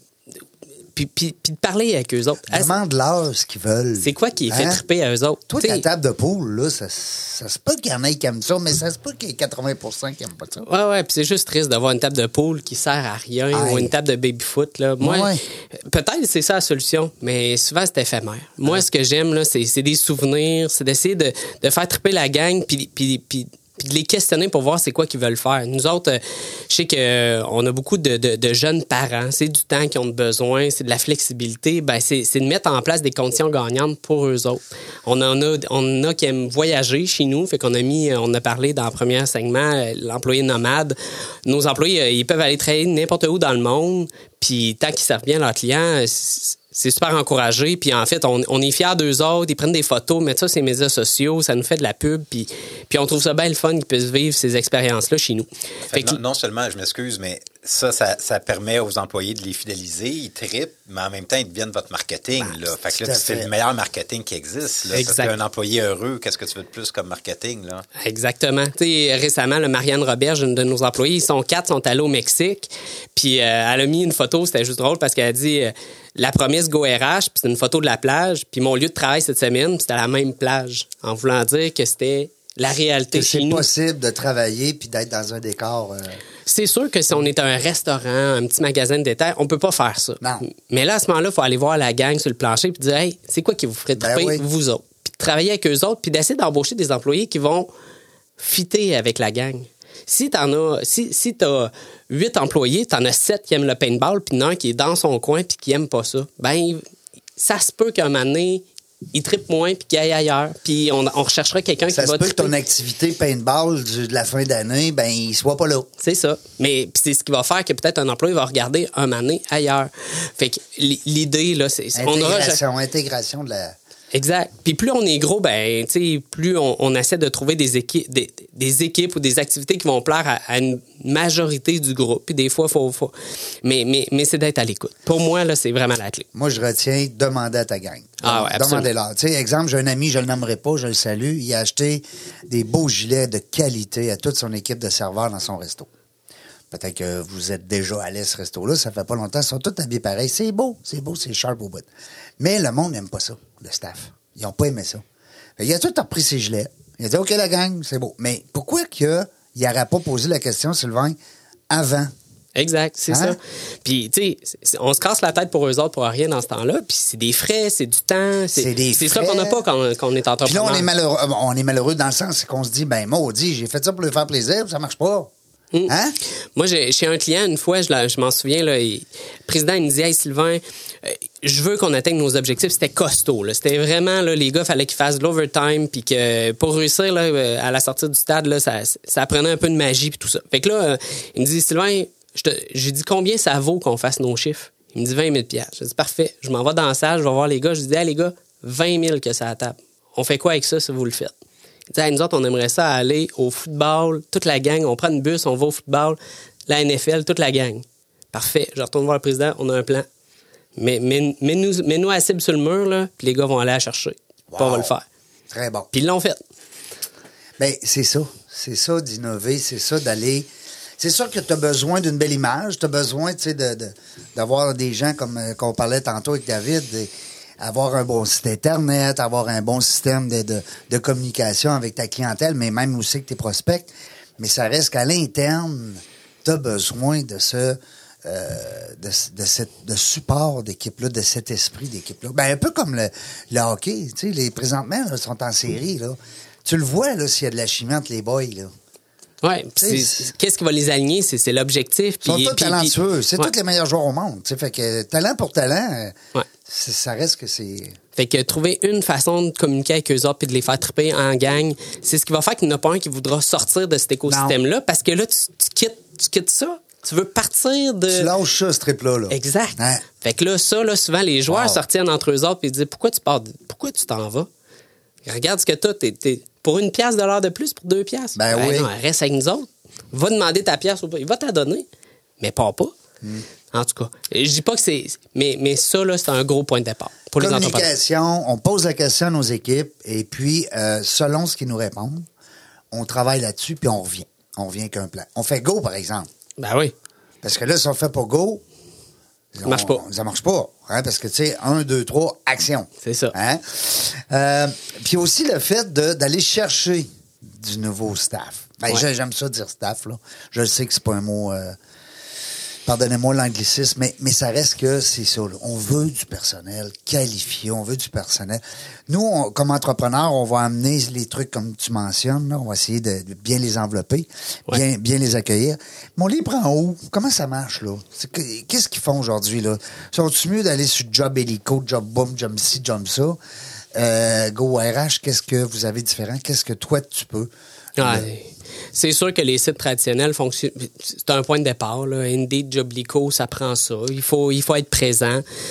puis, puis, puis de parler avec eux autres. Demande-leur ce qu'ils veulent. C'est quoi qui fait hein? triper à eux autres? Toi, ta table de poule, là, ça, ça se peut qu'il y en ait qui aiment ça, mais ça se peut qu'il y ait quatre-vingts pour cent qui n'aiment pas ça. Ouais, ouais, puis c'est juste triste d'avoir une table de poule qui sert à rien Aïe. Ou une table de baby-foot, là. Moi, ouais. peut-être c'est ça la solution, mais souvent c'est éphémère. Moi, ouais. ce que j'aime, là, c'est, c'est des souvenirs, c'est d'essayer de, de faire triper la gang, puis, puis, puis puis de les questionner pour voir c'est quoi qu'ils veulent faire. Nous autres, euh, je sais qu'on euh, a beaucoup de, de, de jeunes parents. C'est du temps qu'ils ont besoin, c'est de la flexibilité. Ben, c'est, c'est de mettre en place des conditions gagnantes pour eux autres. On en a, on a qui aiment voyager chez nous, fait qu'on a mis, on a parlé dans le premier segment, l'employé nomade. Nos employés, ils peuvent aller travailler n'importe où dans le monde, puis tant qu'ils servent bien leurs clients, c'est, c'est super encouragé. Puis en fait, on, on est fiers d'eux autres. Ils prennent des photos, mettent ça sur les médias sociaux. Ça nous fait de la pub. Puis, puis on trouve ça bien le fun qu'ils puissent vivre ces expériences-là chez nous. Fait fait que non, non seulement, je m'excuse, mais ça, ça, ça permet aux employés de les fidéliser, ils trippent, mais en même temps, ils deviennent votre marketing. Ah, là. Fait que tout là, à c'est fait. le meilleur marketing qui existe. Là. Exact. Ça, c'est un employé heureux. Qu'est-ce que tu veux de plus comme marketing? Là? Exactement. Tu sais, récemment, le Marianne Roberge, une de nos employés, ils sont quatre, sont allés au Mexique. Puis euh, elle a mis une photo, c'était juste drôle parce qu'elle a dit euh, la promesse Go R H, puis c'est une photo de la plage. Puis mon lieu de travail cette semaine, puis c'était la même plage. En voulant dire que c'était la réalité Que chez c'est nous. possible de travailler puis d'être dans un décor. euh, C'est sûr que si on est un restaurant, un petit magasin de détail, on peut pas faire ça. Non. Mais là, à ce moment-là, il faut aller voir la gang sur le plancher puis dire, hey, c'est quoi qui vous ferait Ben triper, oui. vous autres? Puis de travailler avec eux autres, puis d'essayer d'embaucher des employés qui vont fitter avec la gang. Si t'en as, si, si t'as huit employés, t'en as sept qui aiment le paintball, puis il y en a un qui est dans son coin puis qui aime pas ça, ben ça se peut qu'à un moment donné, il trippe moins puis qu'il aille ailleurs. Puis on, on recherchera quelqu'un qui Ça va se peut que tripper. ton activité paintball du- de la fin d'année, ben, il soit pas là. C'est ça. Mais pis c'est ce qui va faire que peut-être un employé va regarder un moment donné ailleurs. Fait que l- l'idée, là, c'est... on aura- Intégration, intégration de la... Exact. Puis plus on est gros, ben, tu sais, plus on, on essaie de trouver des équipes, des, des équipes ou des activités qui vont plaire à, à une majorité du groupe. Puis des fois, faut, faut... Mais, mais, mais c'est d'être à l'écoute. Pour moi, là, c'est vraiment la clé. Moi, je retiens, demander à ta gang. Ah ouais, absolument. Demandez-leur. Tu sais, exemple, j'ai un ami, je le nommerai pas, je le salue, il a acheté des beaux gilets de qualité à toute son équipe de serveurs dans son resto. Peut-être que vous êtes déjà allé à ce resto-là, ça fait pas longtemps, ils sont tous habillés pareil. C'est beau, c'est beau, c'est sharp au bout. Mais le monde n'aime pas ça, le staff. Ils ont pas aimé ça. Fait, il a tout repris ses gilets. Il a dit, OK, la gang, c'est beau. Mais pourquoi qu'il n'aurait pas posé la question, Sylvain, avant? Exact, c'est Hein? ça. Puis, tu sais, c'est- on se casse la tête pour eux autres pour rien dans ce temps-là. Puis c'est des frais, c'est du temps. C'est des C'est ça frais. qu'on n'a pas quand, quand on est Puis là, entrepreneur. on est malheureux. euh, On est malheureux dans le sens c'est qu'on se dit, ben, maudit, j'ai fait ça pour lui faire plaisir, ça marche pas. Mm. Hein? Moi, j'ai, chez un client, une fois, je, la- je m'en souviens, là, il- le président, il me dit, hey, Sylvain, euh, je veux qu'on atteigne nos objectifs. C'était costaud, là. C'était vraiment, là, les gars, il fallait qu'ils fassent de l'overtime, puis que pour réussir, là, euh, à la sortie du stade, là, ça, ça prenait un peu de magie, puis tout ça. Fait que là, euh, il me dit, Sylvain, je te- j'ai dit, combien ça vaut qu'on fasse nos chiffres? Il me dit vingt mille dollars. Je dis, parfait. Je m'en vais dans la salle, je vais voir les gars. Je dis, hey, les gars, vingt mille que ça à table. On fait quoi avec ça si vous le faites? Il dit, hey, nous autres, on aimerait ça aller au football, toute la gang. On prend une bus, on va au football, la N F L, toute la gang. Parfait. Je retourne voir le président, on a un plan. Mais, mais, mais nous, mets-nous à cible sur le mur, là, puis les gars vont aller la chercher. Puis on va le faire. Très bon. Puis ils l'ont fait. Bien, c'est ça. C'est ça d'innover, c'est ça d'aller. C'est sûr que tu as besoin d'une belle image, tu as besoin, tu sais, de, de- d'avoir des gens comme euh, qu'on parlait tantôt avec David, et avoir un bon site Internet, avoir un bon système de, de, de communication avec ta clientèle, mais même aussi avec tes prospects. Mais ça reste qu'à l'interne, tu as besoin de ce. Euh, de, de, cette, de support d'équipe-là, de cet esprit d'équipe-là. Ben, un peu comme le, le hockey, tu sais, les présentement, là, sont en série, là. Tu le vois, là, s'il y a de la chimie entre les boys, là. Ouais. Puis T'sais, c'est- c'est- qu'est-ce qui va les aligner? C'est, c'est l'objectif. Ils sont puis- tous puis- talentueux. puis- C'est ouais. tous les meilleurs joueurs au monde. Tu sais, fait que talent pour talent, euh, Ouais. c'est- ça reste que c'est... Fait que trouver une façon de communiquer avec eux autres puis de les faire triper en gang, c'est ce qui va faire qu'il n'y en a pas un qui voudra sortir de cet écosystème-là parce que là, tu, tu quittes, tu quittes ça. Tu veux partir de... Tu lâches ça, ce trip-là. Là. Exact. Hein? Fait que là, ça, là, souvent, les joueurs Wow. sortiennent entre eux autres et disaient, pourquoi tu pars, de- pourquoi tu t'en vas? Regarde ce que t'as. T'es, t'es pour une pièce de l'heure de plus, pour deux pièces. Ben oui. non, reste avec nous autres. Va demander ta pièce ou pas. Il va te la donner, mais pas pas. Hmm. En tout cas, je dis pas que c'est... Mais, mais ça, là, c'est un gros point de départ pour les entrepreneurs. Communication, on pose la question à nos équipes et puis, euh, selon ce qu'ils nous répondent, on travaille là-dessus puis on revient. On revient avec un plan. On fait go, par exemple. Ben oui. Parce que là, si on fait pas go, Ça marche pas. Ça marche pas. Hein? Parce que, tu sais, un, deux, trois, action. C'est ça. Hein? Euh, puis aussi le fait de- d'aller chercher du nouveau staff. Ben, Ouais. j'ai- J'aime ça dire staff, là. Je le sais que c'est pas un mot... euh, pardonnez-moi l'anglicisme, mais, mais ça reste que c'est ça. Là. On veut du personnel qualifié, on veut du personnel. Nous, on- comme entrepreneurs, on va amener les trucs comme tu mentionnes, là, on va essayer de, de bien les envelopper, Ouais. bien, bien les accueillir. Mais on les prend où? Comment ça marche, là? C'est que- Qu'est-ce qu'ils font aujourd'hui, là? Sont-ils mieux d'aller sur Job Hélico, Job Boom, Job ci, Job ça? Euh, Go R H, qu'est-ce que vous avez différent? Qu'est-ce que toi, tu peux? Ouais. C'est sûr que les sites traditionnels fonctionnent. C'est un point de départ. Là. Indeed, Joblico, ça prend ça. Il faut, il faut être présent.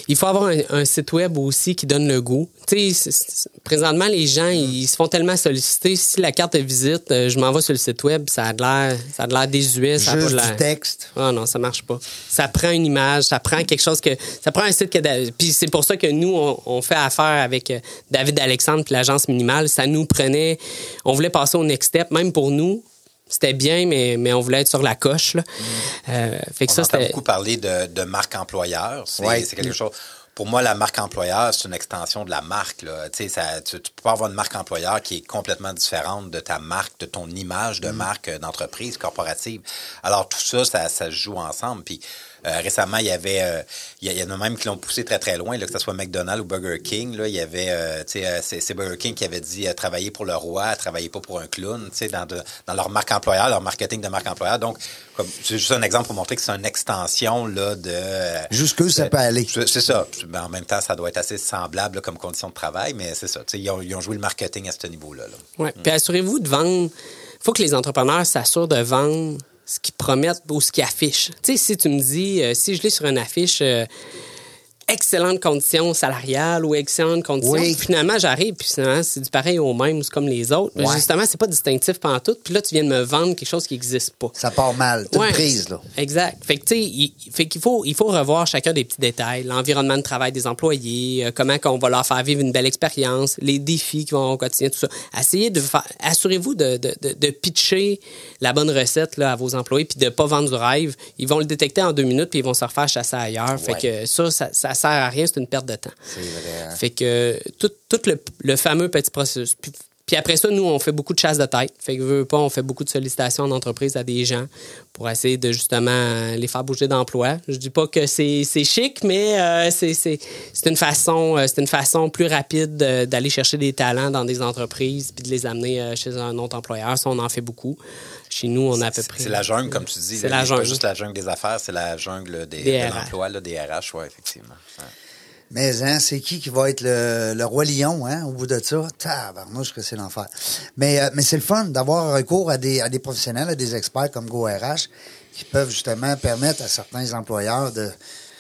il faut avoir un, un site web aussi qui donne le goût. Tu sais, présentement, les gens, ils se font tellement solliciter. Si la carte de visite, euh, je m'en vais sur le site web, ça a de l'air, ça a de l'air désuet. Ça Juste a pas de l'air... du texte. Ah non, ça marche pas. Ça prend une image, ça prend quelque chose que... Ça prend un site que... Puis c'est pour ça que nous, on, on fait affaire avec David Alexandre puis l'agence Minimale. Ça nous prenait... On voulait passer au next step, même pour nous. C'était bien, mais, mais on voulait être sur la coche. Là. Mmh. Euh, fait que on ça, entend c'était... beaucoup parler de, de marque employeur. C'est, ouais. c'est quelque chose... Pour moi, la marque employeur, c'est une extension de la marque. Là. Tu sais, ça, tu, tu peux pas avoir une marque employeur qui est complètement différente de ta marque, de ton image de mmh. marque d'entreprise corporative. Alors, tout ça, ça, ça se joue ensemble. Puis, Euh, récemment, il y avait, euh, il y en a même qui l'ont poussé très, très loin, là, que ce soit McDonald's ou Burger King. Là, il y avait, euh, tu sais, euh, c'est, c'est Burger King qui avait dit euh, travailler pour le roi, travailler pas pour un clown, tu sais, dans, de, dans leur marque employeur, leur marketing de marque employeur. Donc, comme, c'est juste un exemple pour montrer que c'est une extension là, de... Euh, Jusqu'où de, ça peut aller. C'est, c'est ça. Ben, en même temps, ça doit être assez semblable là, comme condition de travail, mais c'est ça. Tu sais, ils ont, ils ont joué le marketing à ce niveau-là. Là. Oui. Mmh. Puis assurez-vous de vendre... Il faut que les entrepreneurs s'assurent de vendre ce qu'ils promettent ou ce qu'ils affichent. Tu sais, si tu me dis, euh, si je lis sur une affiche euh, excellentes conditions salariales ou excellentes conditions, oui. finalement, j'arrive, puis finalement, c'est du pareil au même, c'est comme les autres. Ouais. Justement, c'est pas distinctif pantoute, puis là, tu viens de me vendre quelque chose qui n'existe pas. Ça part mal, toute ouais, prise, là. Exact. Fait que, tu sais, il, fait qu'il faut, il faut revoir chacun des petits détails, l'environnement de travail des employés, euh, comment on va leur faire vivre une belle expérience, les défis qu'ils vont au quotidien, tout ça. Essayez de faire, assurez-vous de, de, de, de pitcher la bonne recette là, à vos employés, puis de pas vendre du rêve. Ils vont le détecter en deux minutes, puis ils vont se refaire chasser ailleurs. Ouais. Fait que ça, ça, ça sert à rien, c'est une perte de temps. C'est vrai. Hein? Fait que tout, tout le, le fameux petit processus. Puis, puis après ça, nous, on fait beaucoup de chasse de tête. Fait que, veux pas, on fait beaucoup de sollicitations en entreprise à des gens pour essayer de, justement, les faire bouger d'emploi. Je dis pas que c'est, c'est chic, mais euh, c'est, c'est, c'est, une façon, euh, c'est une façon plus rapide de, d'aller chercher des talents dans des entreprises puis de les amener euh, chez un autre employeur. Ça, on en fait beaucoup. Chez nous, on a à peu près... C'est la jungle, comme tu dis. C'est là, la jungle. pas juste la jungle des affaires, c'est la jungle des, des de l'emploi, là, des R H, oui, effectivement. Ouais. Mais hein, c'est qui qui va être le, le roi lion, hein, au bout de ça? Tabarnouche que c'est l'enfer. Mais, euh, mais c'est le fun d'avoir recours à des, à des professionnels, à des experts comme GoRH qui peuvent justement permettre à certains employeurs de,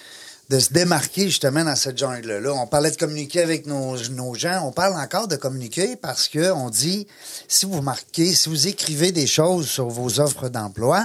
de se démarquer justement dans cette jungle-là. On parlait de communiquer avec nos, nos gens. On parle encore de communiquer parce que on dit, si vous marquez, si vous écrivez des choses sur vos offres d'emploi,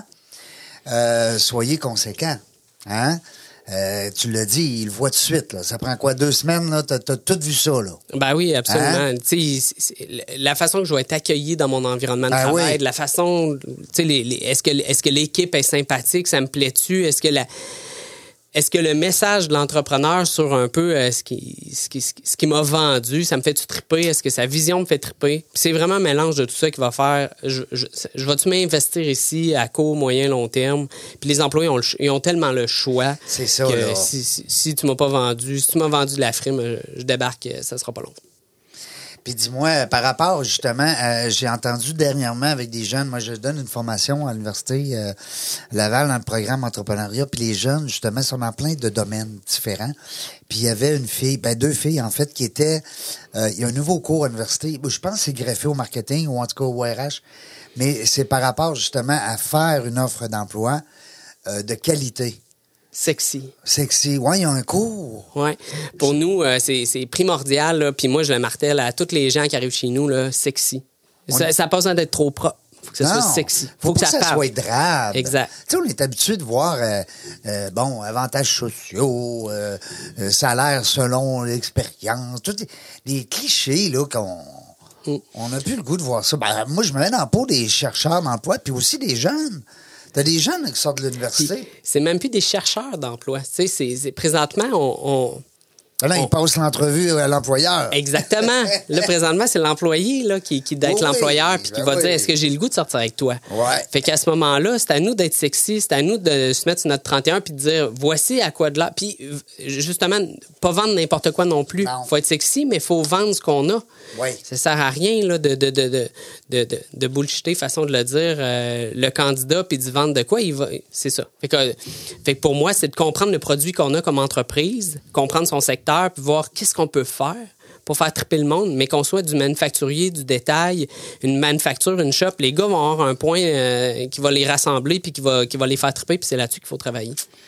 euh, soyez conséquents, hein? Euh, tu l'as dit, il le voit tout de suite. Là. Ça prend quoi, deux semaines? Là? T'as, t'as tout vu ça. Là. Ben oui, absolument. Hein? C'est, c'est, la façon que je vais être accueilli dans mon environnement de ben travail, oui. la façon... Les, les, est-ce, que, est-ce que l'équipe est sympathique? Ça me plaît-tu? Est-ce que la... Est-ce que le message de l'entrepreneur sur un peu euh, ce, qui, ce, qui, ce qui m'a vendu, ça me fait-tu triper? Est-ce que sa vision me fait triper? Puis c'est vraiment un mélange de tout ça qui va faire, je, je, je vais-tu m'investir ici à court, moyen, long terme? Puis les employés ont, le, ils ont tellement le choix c'est ça, que là. Si, si, si tu m'as pas vendu, si tu m'as vendu de la frime, je, je débarque, ça sera pas long. Puis dis-moi, par rapport justement, euh, j'ai entendu dernièrement avec des jeunes, moi je donne une formation à l'Université euh, Laval dans le programme entrepreneuriat, puis les jeunes justement sont dans plein de domaines différents. Puis il y avait une fille, ben deux filles en fait, qui étaient, euh, il y a un nouveau cours à l'université, je pense que c'est greffé au marketing ou en tout cas au R H, mais c'est par rapport justement à faire une offre d'emploi euh, de qualité. Sexy. Sexy. Ouais, il y a un cours. Ouais. Pour nous, euh, c'est, c'est primordial. Là. Puis moi, je le martèle à tous les gens qui arrivent chez nous, là, sexy. On Ça n'a est... pas besoin d'être trop propre. Faut que ça non, soit sexy. Faut, faut que, que ça, ça soit drabe. Exact. Tu sais, on est habitué de voir, euh, euh, bon, avantages sociaux, euh, euh, salaire selon l'expérience, tous des clichés, là, qu'on... Mm. On n'a plus le goût de voir ça. Ben, moi, je me mets dans la peau des chercheurs d'emploi, puis aussi des jeunes. T'as des jeunes qui sortent de l'université. Puis, c'est même plus des chercheurs d'emploi. Tu sais, c'est, c'est, présentement, on... on... Là, on... ils passent l'entrevue à l'employeur. Exactement. Là, présentement, c'est l'employé là, qui, qui doit être oui, l'employeur puis qui ben va oui. dire, est-ce que j'ai le goût de sortir avec toi? Ouais. Fait qu'à ce moment-là, c'est à nous d'être sexy, c'est à nous de se mettre sur notre trente et un puis de dire, voici à quoi de là. Puis, justement, pas vendre n'importe quoi non plus. Non. Faut être sexy, mais faut vendre ce qu'on a. Oui. Ça sert à rien là, de, de, de, de, de, de, de bullshiter, façon de le dire, euh, le candidat puis d'y vendre de quoi il va. C'est ça. Fait que, fait que pour moi, c'est de comprendre le produit qu'on a comme entreprise, comprendre son secteur puis voir qu'est-ce qu'on peut faire pour faire triper le monde, mais qu'on soit du manufacturier, du détail, une manufacture, une shop, les gars vont avoir un point euh, qui va les rassembler puis qui va, qui va les faire triper, puis c'est là-dessus qu'il faut travailler.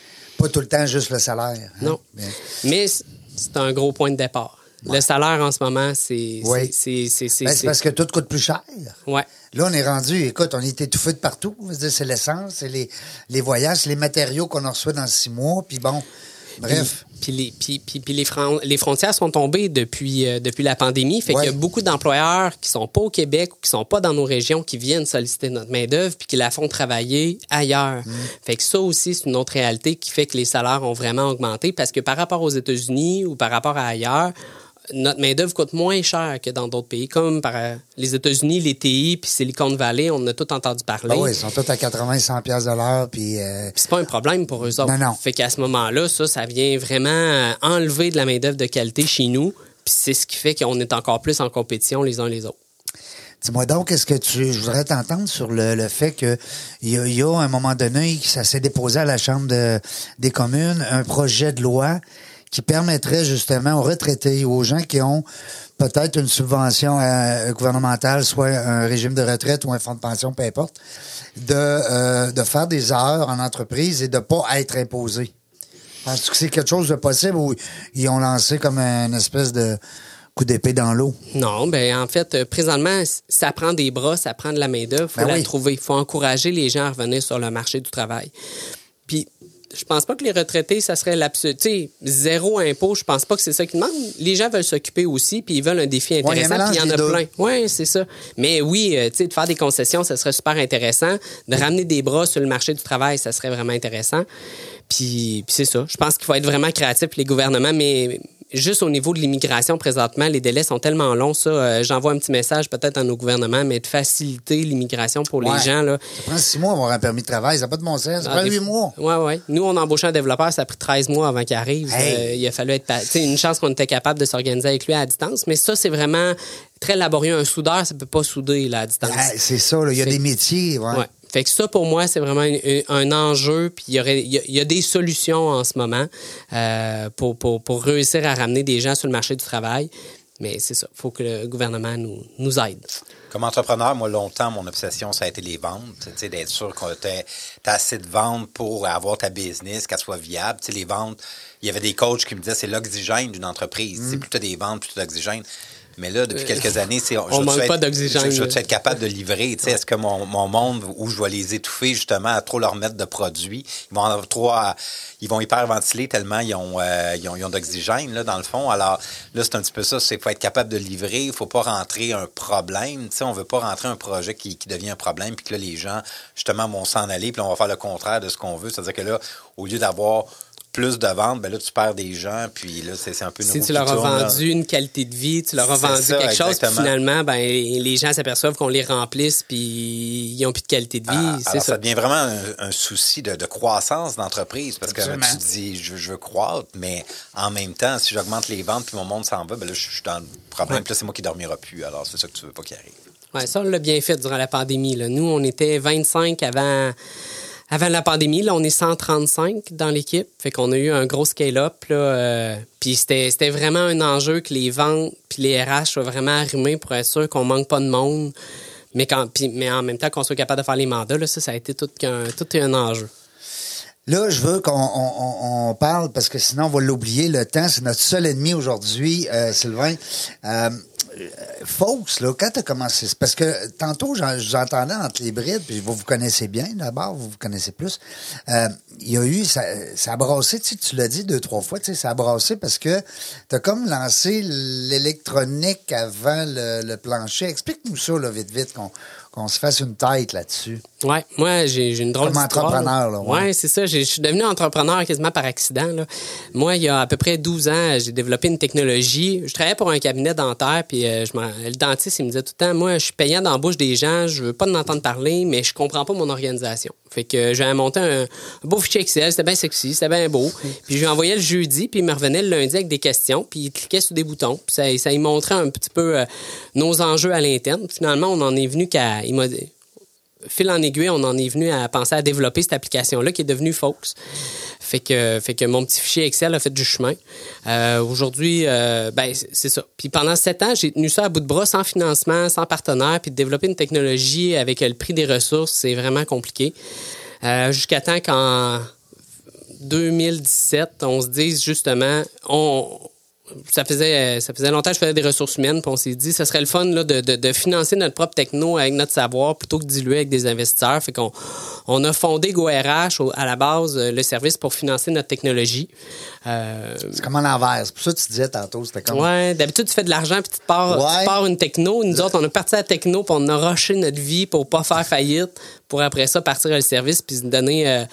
pas tout le temps juste le salaire. Hein? Non. Bien. Mais c'est un gros point de départ. Ouais. Le salaire, en ce moment, c'est... Oui. C'est, c'est, c'est, Ben, c'est, c'est parce que tout coûte plus cher. Ouais. Là, on est rendu, écoute, on est étouffé de partout. C'est l'essence, c'est les, les voyages, c'est les matériaux qu'on en reçoit dans six mois. Puis bon, bref. Puis, puis, les, puis, puis, puis les, fran- les frontières sont tombées depuis, euh, depuis la pandémie. Fait ouais. qu'il y a beaucoup d'employeurs qui sont pas au Québec ou qui sont pas dans nos régions qui viennent solliciter notre main-d'œuvre puis qui la font travailler ailleurs. Mm. Fait que ça aussi, c'est une autre réalité qui fait que les salaires ont vraiment augmenté parce que par rapport aux États-Unis ou par rapport à ailleurs, notre main-d'œuvre coûte moins cher que dans d'autres pays, comme par euh, les États-Unis, les T I, puis Silicon Valley, on en a tout entendu parler. Ah oui, ils sont tous à quatre-vingts à cent piastres de l'heure, puis... Euh... Puis c'est pas un problème pour eux autres. Non, non. Fait qu'à ce moment-là, ça, ça vient vraiment enlever de la main-d'œuvre de qualité chez nous, puis c'est ce qui fait qu'on est encore plus en compétition les uns les autres. Dis-moi donc, est-ce que tu... Je voudrais t'entendre sur le, le fait que il y a, il y a, à un moment donné, ça s'est déposé à la Chambre de, des communes, un projet de loi qui permettrait justement aux retraités, aux gens qui ont peut-être une subvention euh, gouvernementale, soit un régime de retraite ou un fonds de pension, peu importe, de, euh, de faire des heures en entreprise et de pas être imposés. Penses-tu que c'est quelque chose de possible ou ils ont lancé comme une espèce de coup d'épée dans l'eau? Non, ben en fait, présentement, ça prend des bras, ça prend de la main-d'œuvre, faut ben la oui. trouver. Il faut encourager les gens à revenir sur le marché du travail. Puis, je pense pas que les retraités, ça serait l'absolu. Tu sais, zéro impôt, je pense pas que c'est ça qu'ils demandent. Les gens veulent s'occuper aussi, puis ils veulent un défi intéressant, puis il y en a deux. plein. Oui, c'est ça. Mais oui, tu sais, de faire des concessions, ça serait super intéressant. De ramener des bras sur le marché du travail, ça serait vraiment intéressant. Puis, puis c'est ça. Je pense qu'il faut être vraiment créatif, les gouvernements, mais juste au niveau de l'immigration, présentement, les délais sont tellement longs. Ça, euh, j'envoie un petit message peut-être à nos gouvernements, mais de faciliter l'immigration pour ouais. les gens. Là. Ça prend six mois avoir un permis de travail. Ça n'a pas de bon sens. Ça ah, prend huit mois. Oui, oui. Nous, on a embauché un développeur, ça a pris treize mois avant qu'il arrive. Hey. Euh, il a fallu être... Tu sais, une chance qu'on était capable de s'organiser avec lui à distance, mais ça, c'est vraiment très laborieux. Un soudeur, ça peut pas souder là, à distance. Ah, c'est ça, là. Il y a c'est... des métiers. Ouais. ouais. Fait que ça, pour moi, c'est vraiment un, un enjeu. Puis il y aurait, il y, a, il y a des solutions en ce moment euh, pour, pour, pour réussir à ramener des gens sur le marché du travail. Mais c'est ça. Il faut que le gouvernement nous, nous aide. Comme entrepreneur, moi, longtemps, mon obsession, ça a été les ventes. Tu sais, d'être sûr que tu as assez de ventes pour avoir ta business, qu'elle soit viable. Tu sais, les ventes, il y avait des coachs qui me disaient c'est l'oxygène d'une entreprise. Mm. Plus tu as des ventes, plus tu as d'oxygène. Mais là, depuis quelques années, c'est, on ne manque être, pas d'oxygène. Je, je veux être capable de livrer. Ouais. Est-ce que mon, mon monde, où je vais les étouffer, justement, à trop leur mettre de produits, ils vont avoir trop à, ils vont hyperventiler tellement ils ont, euh, ils ont, ils ont d'oxygène, là, dans le fond. Alors, là, c'est un petit peu ça. Il faut être capable de livrer. Il ne faut pas rentrer un problème. T'sais, on ne veut pas rentrer un projet qui, qui devient un problème puis que là, les gens, justement, vont s'en aller puis là, on va faire le contraire de ce qu'on veut. C'est-à-dire que là, au lieu d'avoir plus de ventes, ben là, tu perds des gens, puis là, c'est, c'est un peu nouveau. Si tu leur as tourne, vendu là. une qualité de vie, tu leur as c'est vendu ça, quelque exactement. chose, puis finalement, ben, les gens s'aperçoivent qu'on les remplisse, puis ils n'ont plus de qualité de vie. Ah, c'est alors, ça. ça devient vraiment un, un souci de, de croissance d'entreprise, parce Absolument. que tu dis, je, je veux croître, mais en même temps, si j'augmente les ventes, puis mon monde s'en va, ben là, je suis dans le problème, puis là, c'est moi qui ne dormira plus. Alors, c'est ça que tu veux pas qu'il arrive. Oui, ça, on l'a bien fait durant la pandémie. Là. Nous, on était vingt-cinq avant... Avant la pandémie, là, on est cent trente-cinq dans l'équipe. Fait qu'on a eu un gros scale-up. Là, euh, puis c'était, c'était vraiment un enjeu que les ventes puis les R H soient vraiment arrimés pour être sûr qu'on manque pas de monde. Mais, quand, puis, mais en même temps, qu'on soit capable de faire les mandats, là, ça, ça a été tout un, tout un enjeu. Là, je veux qu'on on, on, on parle, parce que sinon, on va l'oublier. Le temps, c'est notre seul ennemi aujourd'hui, euh, Sylvain. Euh, Fausse, là, quand tu as commencé, c'est parce que tantôt, j'en, j'entendais entre les brides, puis vous vous connaissez bien, d'abord, vous vous connaissez plus. Euh, il y a eu, ça, ça a brassé, tu sais, tu l'as dit deux, trois fois, tu sais, ça a brassé parce que tu as comme lancé l'électronique avant le, le plancher. Explique-nous ça, là, vite, vite, qu'on, qu'on se fasse une tête là-dessus. Oui, moi, j'ai, j'ai une drôle Comme d'histoire. entrepreneur, là. Oui, ouais, c'est ça. J'ai, je suis devenu entrepreneur quasiment par accident, là. Moi, il y a à peu près douze ans, j'ai développé une technologie. Je travaillais pour un cabinet dentaire, puis euh, je m'en, le dentiste, il me disait tout le temps, moi, je suis payant dans la bouche des gens, je veux pas en entendre parler, mais je comprends pas mon organisation. Fait que j'ai monté un, un beau fichier Excel, c'était bien sexy, c'était bien beau. Puis je lui envoyais le jeudi, puis il me revenait le lundi avec des questions, puis il cliquait sur des boutons, puis ça, ça lui montrait un petit peu euh, nos enjeux à l'interne. Finalement, on en est venu qu'à... Il m'a dit, fil en aiguille, on en est venu à penser à développer cette application-là qui est devenue Focus. Fait que, fait que mon petit fichier Excel a fait du chemin. Euh, aujourd'hui, euh, ben, c'est ça. Puis pendant sept ans, j'ai tenu ça à bout de bras, sans financement, sans partenaire, puis de développer une technologie avec le prix des ressources, c'est vraiment compliqué. Euh, jusqu'à temps qu'en deux mille dix-sept, on se dise justement, on... Ça faisait, ça faisait longtemps que je faisais des ressources humaines, puis on s'est dit, ça serait le fun là, de, de, de financer notre propre techno avec notre savoir plutôt que de diluer avec des investisseurs. Fait qu'on on a fondé GoRH au, à la base, le service pour financer notre technologie. Euh, c'est comme à l'envers. C'est pour ça que tu disais tantôt, c'était comme... Ouais, d'habitude, tu fais de l'argent puis tu te pars, ouais. tu pars une techno. Nous autres, on a parti à la techno puis on a rushé notre vie pour pas faire faillite, pour après ça partir à le service puis se donner... Euh,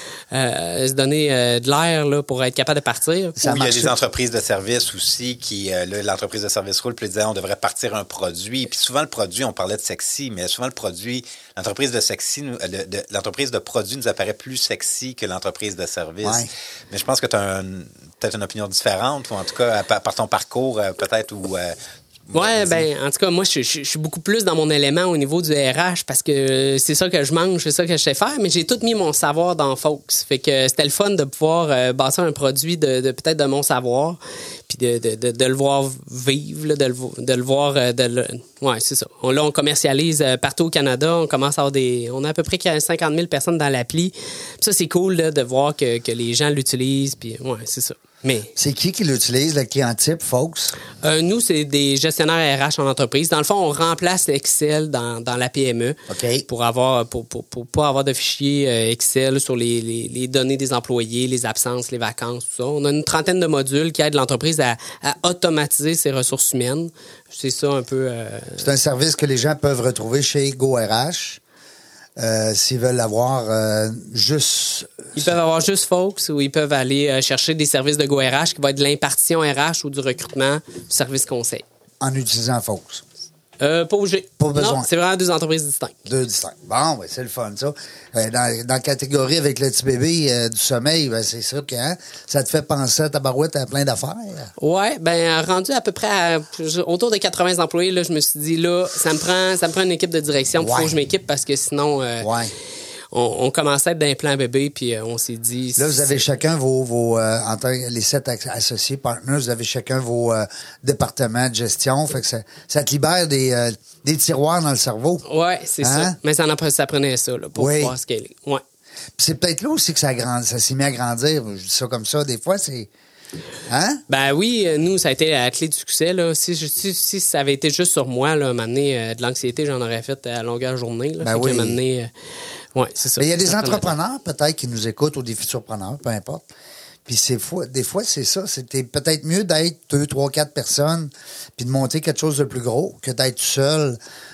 Euh, se donner euh, de l'air là, pour être capable de partir. Ça il y a des entreprises de services aussi qui, euh, là, l'entreprise de service roule puis disait on devrait partir un produit. Puis souvent, le produit, on parlait de sexy, mais souvent, le produit, l'entreprise de sexy, de, de, l'entreprise de produit nous apparaît plus sexy que l'entreprise de service. Ouais. Mais je pense que tu as un, peut-être une opinion différente, ou en tout cas, par ton parcours, peut-être, ou... Euh, Ouais, ben, en tout cas, moi, je, je, je suis beaucoup plus dans mon élément au niveau du R H parce que c'est ça que je mange, c'est ça que je sais faire, mais j'ai tout mis mon savoir dans Fox. Fait que c'était le fun de pouvoir euh, bâtir un produit de, de peut-être de mon savoir, puis de, de, de, de le voir vivre, là, de, le, de le voir... De le, ouais, c'est ça. On, là, on commercialise partout au Canada. On commence à avoir des... On a à peu près cinquante mille personnes dans l'appli. Puis ça, c'est cool là, de voir que, que les gens l'utilisent, puis ouais, c'est ça. Mais c'est qui qui l'utilise, le client type, Fox? Euh, nous, c'est des gestionnaires R H en entreprise. Dans le fond, on remplace Excel dans, dans la P M E okay. pour avoir pour, pour, pour pas avoir de fichiers Excel sur les, les, les données des employés, les absences, les vacances, tout ça. On a une trentaine de modules qui aident l'entreprise à, à automatiser ses ressources humaines. C'est ça un peu... Euh... C'est un service que les gens peuvent retrouver chez GoRH. Euh, s'ils veulent avoir euh, juste... Ils peuvent avoir juste Fox ou ils peuvent aller euh, chercher des services de GoRH qui va être de l'impartition R H ou du recrutement, du service conseil. En utilisant Fox? Euh, pas obligé. Pas besoin. Non, c'est vraiment deux entreprises distinctes. Deux distinctes. Bon, ben, c'est le fun, ça. Euh, dans, dans la catégorie avec le petit bébé euh, du sommeil, ben, c'est sûr que hein, ça te fait penser à ta barouette à plein d'affaires. Ouais, ben rendu à peu près à, autour de quatre-vingts employés, là, je me suis dit, là, ça me prend, ça me prend une équipe de direction. Il ouais. faut que je m'équipe parce que sinon... Euh, ouais. On, on commençait à être dans un plan bébé, puis euh, on s'est dit... Là, vous avez chacun vos... vos euh, en tant que les sept associés, partners, vous avez chacun vos euh, départements de gestion. Fait que ça, ça te libère des, euh, des tiroirs dans le cerveau. Oui, c'est hein? ça. Mais ça, en, ça prenait ça là, pour oui. pouvoir scaler. Ouais. Puis c'est peut-être là aussi que ça, grand, ça s'est mis à grandir. Je dis ça comme ça. Des fois, c'est... Hein? Ben oui, nous, ça a été la clé du succès. Là. Si, si, si ça avait été juste sur moi, là, m'amener euh, de l'anxiété, j'en aurais fait à longueur de journée. Là, ben oui. Euh, ouais, c'est ça. Mais il y a des entrepreneurs, peut-être, qui nous écoutent, ou des futurs preneurs, peu importe. Puis c'est fois, des fois, c'est ça. C'était peut-être mieux d'être deux, trois, quatre personnes, puis de monter quelque chose de plus gros que d'être tout seul.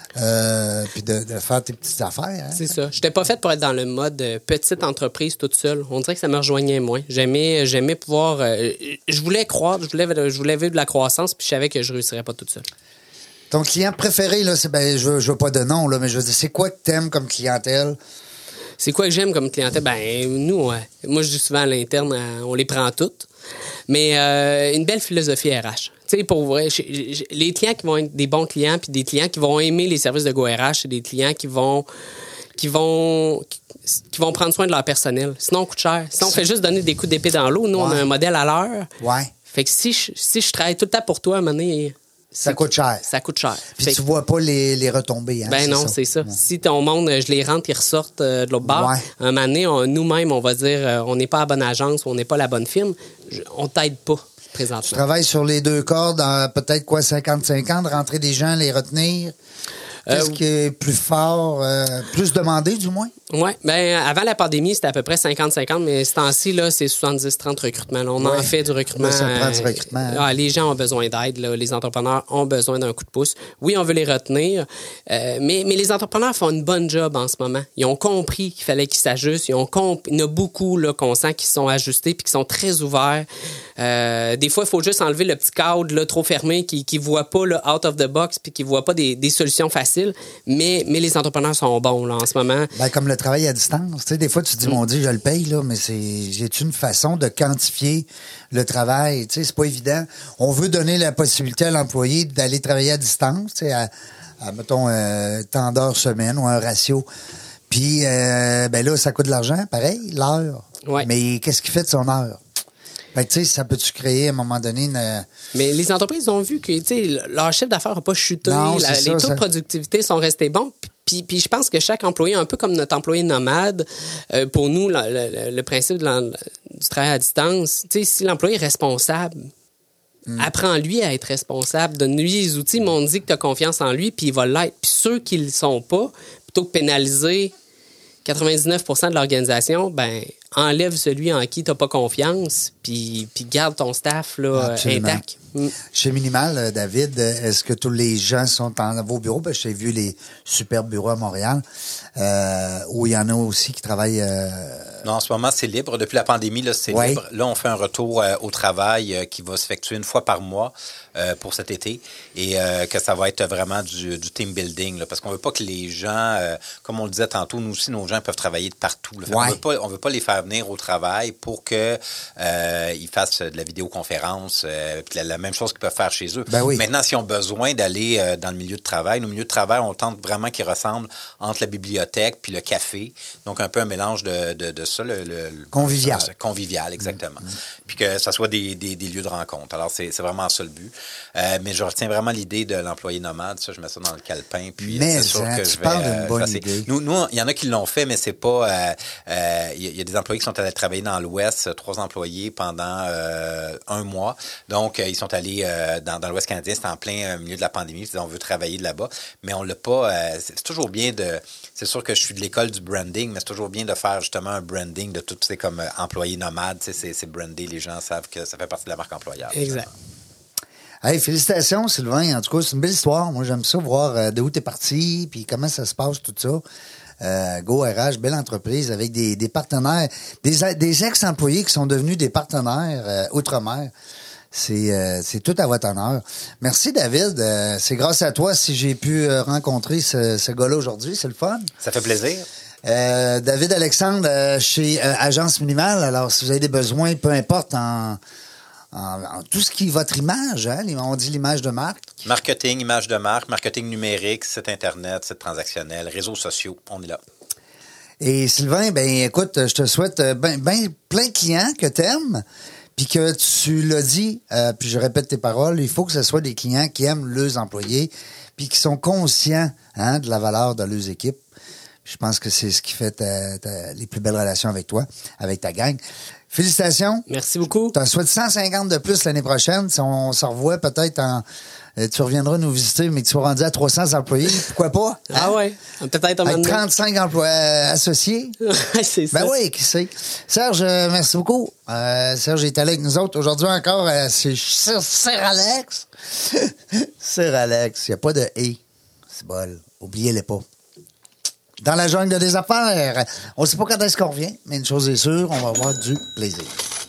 Euh, puis de, de faire tes petites affaires. Hein? C'est ça. Je n'étais pas faite pour être dans le mode euh, petite entreprise toute seule. On dirait que ça me rejoignait moins. J'aimais, j'aimais pouvoir... Euh, je voulais croître, je voulais, je voulais vivre de la croissance, puis je savais que je ne réussirais pas toute seule. Ton client préféré, là, c'est, ben, je ne veux pas de nom, là, mais je veux dire, c'est quoi que tu aimes comme clientèle? C'est quoi que j'aime comme clientèle? Ben, nous, ouais, moi, je dis souvent à l'interne, euh, on les prend toutes. Mais euh, une belle philosophie R H. Tu sais, pour vrai, les clients qui vont être des bons clients, puis des clients qui vont aimer les services de GoRH, c'est des clients qui vont, qui vont, qui vont prendre soin de leur personnel. Sinon, on coûte cher. Sinon, on fait juste donner des coups d'épée dans l'eau. Nous, ouais. on a un modèle à l'heure. Ouais. Fait que si je, si je travaille tout le temps pour toi, à un moment donné, ça coûte cher. Ça coûte cher. Puis fait tu vois pas les, les retombées. Hein, ben c'est non, ça. c'est ça. Ouais. Si ton monde, je les rentre, ils ressortent euh, de l'autre bord, ouais. un moment donné, on, nous-mêmes, on va dire, euh, on n'est pas à la bonne agence, on n'est pas la bonne firme, je, on t'aide pas présentement. Tu travailles sur les deux cordes, euh, peut-être quoi, cinquante cinquante, rentrer des gens, les retenir. Qu'est-ce euh, qui est plus fort, euh, plus demandé, du moins? Oui. Bien, avant la pandémie, c'était à peu près cinquante cinquante, mais ce temps-ci, là, c'est soixante-dix trente recrutements. Là. On ouais. en fait du recrutement. Là, ça prend du recrutement. Euh, ah, les gens ont besoin d'aide. Là. Les entrepreneurs ont besoin d'un coup de pouce. Oui, on veut les retenir, euh, mais, mais les entrepreneurs font une bonne job en ce moment. Ils ont compris qu'il fallait qu'ils s'ajustent. Ils ont comp... Il y en a beaucoup là, qu'on sent qui sont ajustés puis qui sont très ouverts. Euh, des fois, il faut juste enlever le petit cadre là, trop fermé qui ne voit pas là, out of the box puis qui ne voit pas des, des solutions faciles. Mais, mais les entrepreneurs sont bons là, en ce moment. Ben, comme le travail à distance. Tu sais, des fois, tu te dis, mm. mon Dieu, je le paye, là, mais c'est, j'ai une façon de quantifier le travail. Tu sais, c'est pas évident. On veut donner la possibilité à l'employé d'aller travailler à distance, tu sais, à, à, mettons, euh, tant d'heures semaine ou un ratio. Puis, euh, ben là, ça coûte de l'argent, pareil, l'heure. Ouais. Mais qu'est-ce qu'il fait de son heure? Ben, tu sais, ça peut-tu créer à un moment donné une... Mais les entreprises ont vu que, tu sais, leur chiffre d'affaires n'a pas chuté. Non, la, ça, les taux ça... de productivité sont restés bons. Puis, puis je pense que chaque employé, un peu comme notre employé nomade, euh, pour nous, le, le, le principe de, du travail à distance, tu sais, si l'employé est responsable, mm. apprends-lui à être responsable, donne-lui les outils, mais on dit que tu as confiance en lui, puis il va l'être. Puis ceux qui ne le sont pas, plutôt que pénaliser quatre-vingt-dix-neuf pour cent de l'organisation, ben enlève celui en qui tu n'as pas confiance, puis, puis garde ton staff là, intact. Mm. Chez Minimal, David, est-ce que tous les gens sont dans vos bureaux? Ben, j'ai vu les superbes bureaux à Montréal, euh, où il y en a aussi qui travaillent... Euh... Non, en ce moment, c'est libre. Depuis la pandémie, là, c'est ouais. libre. Là, on fait un retour euh, au travail euh, qui va s'effectuer une fois par mois euh, pour cet été et euh, que ça va être vraiment du, du team building, là, parce qu'on veut pas que les gens, euh, comme on le disait tantôt, nous aussi, nos gens peuvent travailler de partout. Là. Fait ouais. On veut pas, on veut pas les faire venir au travail pour que euh, ils fassent de la vidéoconférence, euh, puis la, la même chose qu'ils peuvent faire chez eux. Ben oui. Maintenant, s'ils ont besoin d'aller euh, dans le milieu de travail, nos milieux de travail, on tente vraiment qu'ils ressemblent entre la bibliothèque puis le café. Donc, un peu un mélange de, de, de ça. Le, le, convivial. Le, convivial, exactement. Mmh. Puis que ça soit des, des, des lieux de rencontre. Alors, c'est, c'est vraiment ça le but. Euh, mais je retiens vraiment l'idée de l'employé nomade. Ça, je mets ça dans le calepin. Puis mais c'est sûr hein, que tu je vais... parles d'une Euh, bonne idée. Nous, nous, il y en a qui l'ont fait, mais c'est pas... Il euh, euh, y, y a des employés qui sont allés travailler dans l'Ouest, trois employés pendant euh, un mois. Donc, euh, ils sont allés euh, dans, dans l'Ouest canadien. C'était en plein euh, milieu de la pandémie. Ils disaient, on veut travailler de là-bas. Mais on l'a pas... Euh, c'est, c'est toujours bien de... C'est sûr que je suis de l'école du branding, mais c'est toujours bien de faire justement un branding de tout, c'est comme euh, employé nomade, c'est, c'est brandé, les gens savent que ça fait partie de la marque employeur. Exact. Hey, félicitations, Sylvain. En tout cas, c'est une belle histoire. Moi, j'aime ça, voir euh, de où t'es parti, puis comment ça se passe, tout ça. Euh, Go R H, belle entreprise avec des, des partenaires, des, des ex-employés qui sont devenus des partenaires euh, outre-mer. C'est, euh, c'est tout à votre honneur. Merci, David. Euh, c'est grâce à toi si j'ai pu euh, rencontrer ce, ce gars-là aujourd'hui. C'est le fun. Ça fait plaisir. Euh, David Alexandre euh, chez euh, Agence Minimale. Alors, si vous avez des besoins, peu importe, en, en, en tout ce qui est votre image, hein, on dit l'image de marque. Marketing, image de marque, marketing numérique, site Internet, site transactionnel, réseaux sociaux, on est là. Et Sylvain, ben écoute, je te souhaite ben, ben plein de clients que t'aimes. Puis que tu l'as dit, euh, puis je répète tes paroles, il faut que ce soit des clients qui aiment leurs employés, puis qui sont conscients hein, de la valeur de leurs équipes. Je pense que c'est ce qui fait ta, ta, les plus belles relations avec toi, avec ta gang. Félicitations. Merci beaucoup. Tu en souhaites cent cinquante de plus l'année prochaine. Si on, on se revoit peut-être en... Tu reviendras nous visiter, mais tu seras rendu à trois cents employés. Pourquoi pas? Hein? Ah ouais, peut-être un avec trente-cinq employés euh, associés. C'est ça. Ben oui, qui sait. Serge, euh, merci beaucoup. Euh, Serge est allé avec nous autres. Aujourd'hui encore, euh, c'est Sir Alex. Sir Alex, il n'y a pas de « et ». C'est bol. Oubliez-les pas. Dans la jungle des affaires, on ne sait pas quand est-ce qu'on revient, mais une chose est sûre, on va avoir du plaisir.